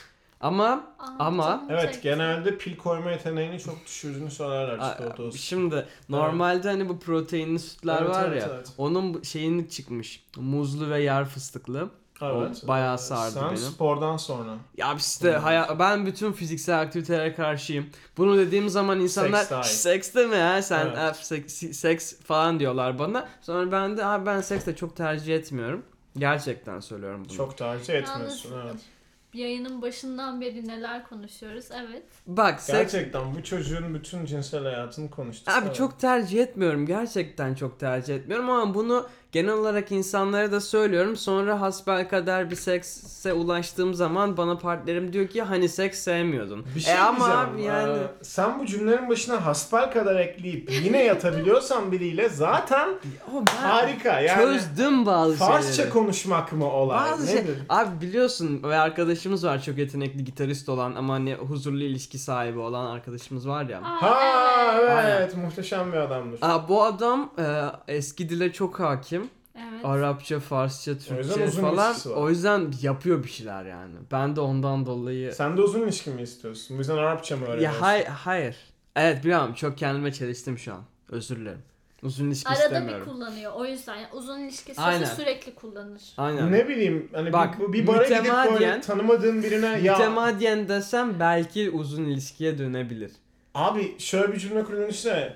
Ama Canım Evet, çekti. genelde pil koyma yeteneğini çok düşürdüğünü söylerler çikolata olsun. şimdi normalde hani bu proteinli sütler Evet, var evet, ya. evet. Onun şeyini çıkmış. Muzlu ve yer fıstıklı. Evet. O bayağı sardı Sen beni. spordan sonra. Ya işte ben bütün fiziksel aktivitelere karşıyım. Bunu dediğim zaman insanlar Seks dahil. seks de mi ya sen Evet. seks falan diyorlar bana. Sonra ben de abi ben seks de çok tercih etmiyorum. Gerçekten söylüyorum bunu. Çok tercih etmiyorsun. Yalnız- Evet. Yayının başından beri neler konuşuyoruz. Evet. Bak seks Gerçekten bu çocuğun bütün cinsel hayatını konuştuk. abi Evet. çok tercih etmiyorum. Gerçekten çok tercih etmiyorum ama bunu genel olarak insanlara da söylüyorum. Sonra hasbelkader bir sekse ulaştığım zaman bana partnerim diyor ki hani seks sevmiyordun. Bir şey ama diyeceğim. abi yani Sen bu cümlelerin başına hasbel kadar ekleyip yine yatabiliyorsan biriyle zaten ama ben harika. Yani çözdüm bazı Farsça şeyleri. konuşmak mı olay? Bazı şey, Nedir? abi biliyorsun ve arkadaşımız var çok yetenekli gitarist olan ama hani huzurlu ilişki sahibi olan arkadaşımız var ya. Ha evet, Aynen. muhteşem bir adamdır. Bu adam eski dile çok hakim. Evet. Arapça, Farsça, yüzden Türkçe uzun falan. ilişkisi var. O yüzden yapıyor bir şeyler yani. Ben de ondan dolayı... Sen de uzun ilişki mi istiyorsun? Bu yüzden Arapça mı öğreniyorsun? Ya hayır. Evet biliyorum çok kendime çeliştim şu an. Özür dilerim. Uzun ilişki Arada istemiyorum. bir kullanıyor. O yüzden yani uzun ilişkisi Aynen. sürekli kullanır. Aynen. Ne bileyim hani Bak, bir bara gidip böyle mütemadiyen- tanımadığın birine ya Mütemadiyen desem belki uzun ilişkiye dönebilir. abi şöyle bir cümle kurulun işte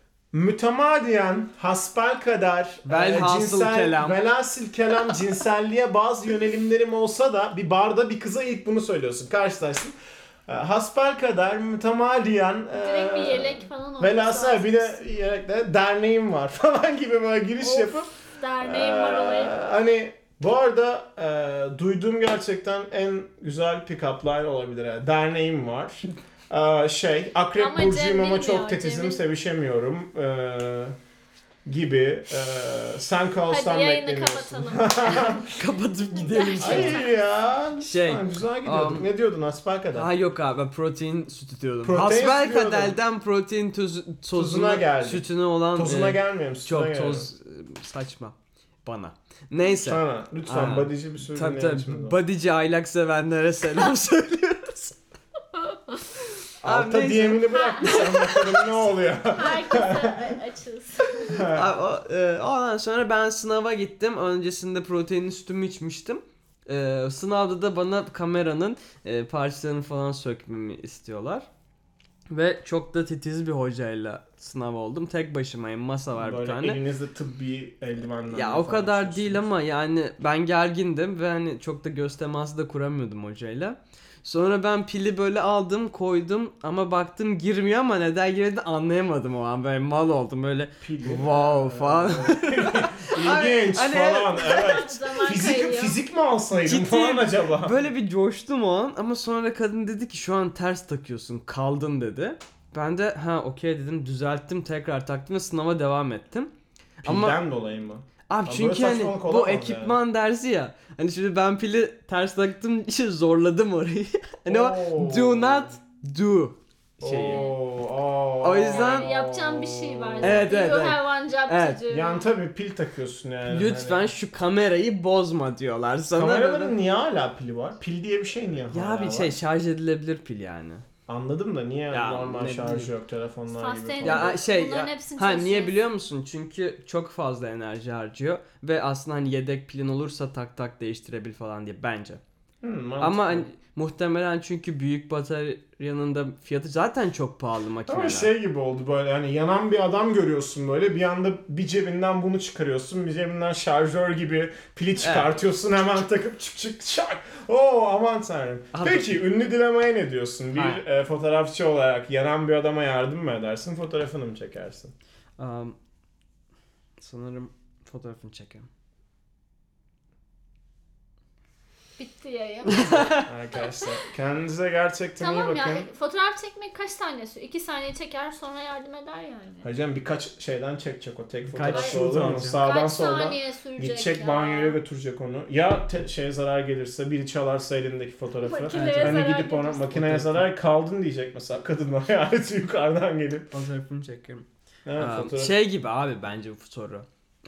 mütemadiyen hasbelkader Velhasıl kelam. velhasıl kelam cinselliğe bazı yönelimlerim olsa da bir barda bir kıza ilk bunu söylüyorsun, karşılaştın. Hasbelkader mütemadiyen Direkt bir yelek falan olması velhasıl lazım. bir de yelekte derneğim var falan gibi böyle giriş Of, yapıp derneğim var olayı. hani bu arada duyduğum gerçekten en güzel pick-up line olabilir. Yani. Derneğim var. Akrep Ama burcuyum Cem ama çok bilmiyor, tetizim, Cem'in- sevişemiyorum. gibi sen kaostan Hadi yayını bekleniyorsun. kapatalım. Kapatıp gidelim. Hayır ya. Şey, Lütfen, güzel gidiyorduk. Ne diyordun asparkadan? Ha yok abi ben protein sütü diyordum. Protein Hasbelkader'den protein Tuzuna tozuna geldi. sütüne olan Tozuna gelmiyor musun? çok toz saçma bana. Neyse. Sana lütfen Aa, bodyci bir sürü Tabii dinleyelim tabii. şimdi. Bodyci aylak sevenlere selam söylüyoruz. Alta neyse. DM'ini bırakmış sen bakalım ne oluyor. Herkese açız. Abi, ondan sonra ben sınava gittim. Öncesinde proteinli sütümü içmiştim. Sınavda da bana kameranın parçalarını falan sökmemi istiyorlar. Ve çok da titiz bir hocayla sınav oldum. Tek başımayım. Masa var Böyle bir tane. elinizde tıbbi eldivenler. Ya o kadar değil ama yani ben gergindim ve hani çok da göz teması da kuramıyordum hocayla. Sonra ben pili böyle aldım koydum ama baktım girmiyor ama neden girdi anlayamadım o an böyle mal oldum böyle wow falan. İlginç Hani falan evet. Zaman Fizik, kayıyor. fizik mi alsaydın Ciddi. falan acaba? Böyle bir coştum o an ama sonra kadın dedi ki şu an ters takıyorsun kaldın dedi. Ben de ha okey dedim düzelttim tekrar taktım ve sınava devam ettim. Pilden dolayı mı? Abi böyle çünkü hani saçmalık bu olamaz ekipman dersi ya. Hani şimdi ben pili ters taktım için zorladım orayı. Hani o Oo. do not do şeyi. O yüzden- Yani yapacağım bir şey var zaten. Evet, evet, You evet. have one job Evet. to do. Yani tabii pil takıyorsun yani. Lütfen Hani. şu kamerayı bozma diyorlar sana. Kameraların niye hala pili var? Pil diye bir şey niye hala Ya bir var? şey şarj edilebilir pil yani. Anladım da niye Ya, normal ne şarj bileyim. yok telefonlar gibi Sustainable. falan. Ya şey Bunların ya, hepsini ha niye çözeceğiz. biliyor musun? Çünkü çok fazla enerji harcıyor ve aslında hani yedek pilin olursa tak tak değiştirebil falan diye bence. Mantıklı. Ama hani, muhtemelen çünkü büyük bataryanın da fiyatı zaten çok pahalı makineler. Ama şey gibi oldu böyle hani yanan bir adam görüyorsun böyle bir anda bir cebinden bunu çıkarıyorsun bir cebinden şarjör gibi pili çıkartıyorsun hemen takıp çık çık şak. Oo aman tanrım. Abi- Peki ünlü dilemaya ne diyorsun? Bir Hayır. fotoğrafçı olarak yanan bir adama yardım mı edersin fotoğrafını mı çekersin? Sanırım fotoğrafını çekerim. Bitti yayın. Arkadaşlar kendinize gerçekten iyi Tamam bakın. ya fotoğraf çekmek kaç saniye sürüyor? 2 saniye çeker sonra yardım eder yani. Hocam birkaç şeyden çekecek o tek Birkaç fotoğrafı şut olur mu? alacak. Sağdan Kaç soldan. saniye sürecek Gidecek ya? banyoya götürecek onu. Ya şeye zarar gelirse biri çalarsa elindeki fotoğrafı. Makineye Hani zarar gidip ona gelirse. makineye zarar kaldın diyecek mesela kadın o hayaleti yukarıdan gelip. Fotoğrafını çekerim. Evet, fotoğraf. Şey gibi abi bence bu soru.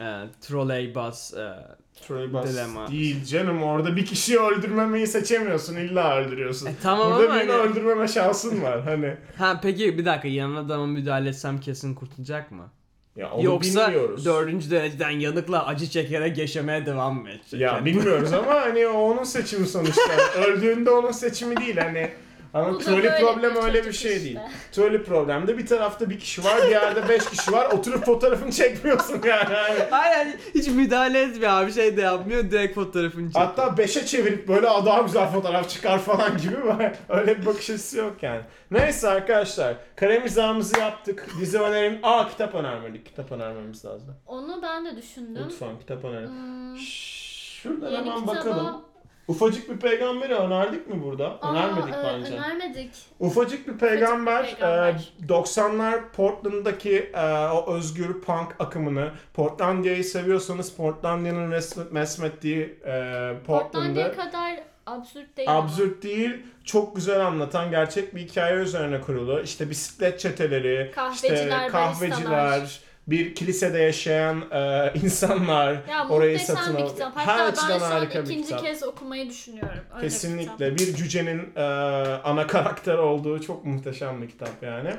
Troleybus Trolley dilema. değil canım orada bir kişiyi öldürmemeyi seçemiyorsun illa öldürüyorsun. tamam Burada ama birini hani- öldürmeme şansın var hani. Ha peki bir dakika yanına adama müdahale etsem kesin kurtulacak mı? Ya onu Yoksa bilmiyoruz. 4. dereceden yanıkla acı çekerek yaşamaya devam mı edecek? Ya Yani? bilmiyoruz ama hani o onun seçimi sonuçta. Öldüğünde onun seçimi değil hani. Ama Bu da trolley böyle problem bir öyle bir çocuk şey işte. değil. Trolley problemde bir tarafta bir kişi var, bir yerde 5 kişi var. Oturup fotoğrafını çekmiyorsun yani. Hayır yani hiç müdahale etmiyor abi şey de yapmıyor direkt fotoğrafını çekiyor. Hatta 5'e çevirip böyle daha güzel fotoğraf çıkar falan gibi var. Öyle bir bakış açısı yok yani. Neyse arkadaşlar. Kare mizahımızı yaptık. Dizi önerim. Kitap önermedik. Kitap önermemiz lazım. Onu ben de düşündüm. Lütfen kitap önerin. Hmm, Şuradan yeni hemen kitabı... bakalım. Ufacık bir peygamberi önerdik mi burada? Önermedik bence. Önermedik. Ufacık bir peygamber, Ufacık bir peygamber. 90'lar Portland'daki o özgür punk akımını, Portlandia'yı seviyorsanız Portlandia'nın resmettiği Portlandia Portland'ı kadar absürt değil ama. absürt değil, çok güzel anlatan gerçek bir hikaye üzerine kurulu. İşte bisiklet çeteleri, Kahveciler, işte kahveciler, bir kilisede yaşayan insanlar Ya orayı muhteşem satın bir al. kitap. Her Hatta ben açıdan şu an harika bir ikinci kitap. kez okumayı düşünüyorum. Öyle bir kitap. Kesinlikle bir cücenin ana karakter olduğu çok muhteşem bir kitap yani.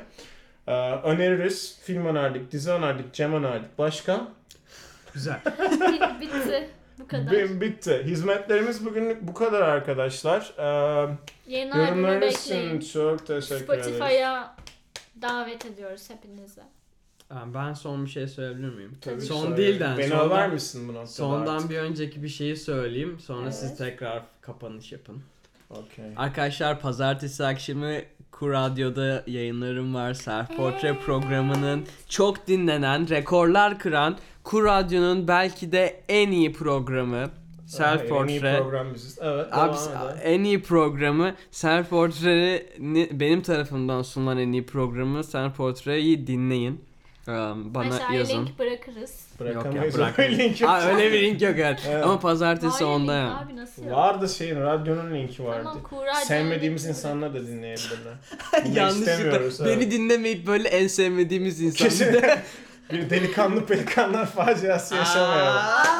Öneririz. Film önerdik, dizi önerdik, Cem önerdik. Başka? Güzel. Bitti. Bu kadar. Bitti. Hizmetlerimiz bugünlük bu kadar arkadaşlar. Yeni albümü Yorumlarınız bekleyin. için çok teşekkür ederiz. Spotify'a davet ediyoruz hepinizi. Ben son bir şey söyleyebilir miyim? Tabii Son söyle. değil de. Beni sondan- över misin bu noktada Sondan artık? bir önceki bir şeyi söyleyeyim. Sonra Evet. siz tekrar kapanış yapın. Okay. Arkadaşlar pazartesi akşamı Radyo'da yayınlarım var. Self Portrait programının çok dinlenen, rekorlar kıran Radyo'nun belki de en iyi programı. Self En iyi Portrait. program biziz. Evet, Abi, devam edelim. en iyi programı Self Portrait'i benim tarafımdan sunulan en iyi programı Self Portrait'i dinleyin. Bana Aşağıya yazın. link bırakırız. Bırakamayız. Yok ya, Öyle link yok. öyle bir link yok evet. Evet. Ama pazartesi Var ya onda link yani. abi, nasıl yok? Vardı radyonun linki vardı. Tamam, Kuğra Sevmediğimiz Can'ın insanlar da dinleyebilirler. Bunu Yanlışlıkla istemiyoruz. beni dinlemeyip böyle en sevmediğimiz insan. Kesin bir delikanlı pelikanlar faciası yaşamayalım.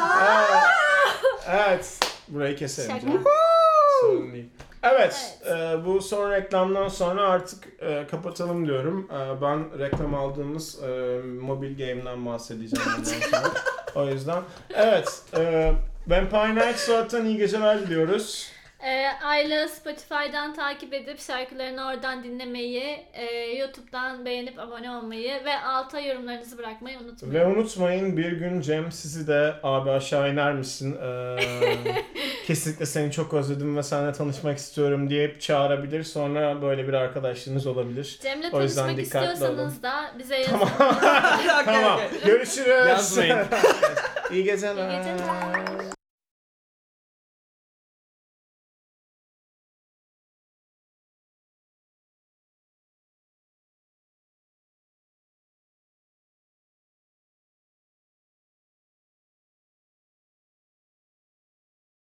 Evet. Burayı keselim Şaka. canım. Sorun değil. Evet, bu son reklamdan sonra artık kapatalım diyorum. Ben reklam aldığımız mobil game'den bahsedeceğim ondan sonra. O yüzden. Evet, Vampire Night zaten iyi geceler diliyoruz. Ayla Spotify'dan takip edip şarkılarını oradan dinlemeyi, YouTube'dan beğenip abone olmayı ve alta yorumlarınızı bırakmayı unutmayın. Ve unutmayın bir gün Cem sizi de abi aşağı iner misin? Kesinlikle seni çok özledim ve seninle tanışmak istiyorum deyip çağırabilir. Sonra böyle bir arkadaşlığınız olabilir. Cem'le O yüzden tanışmak dikkatli istiyorsanız da bize yazın. Tamam. Görüşürüz. Yazmayın. İyi geceler. İyi geceler.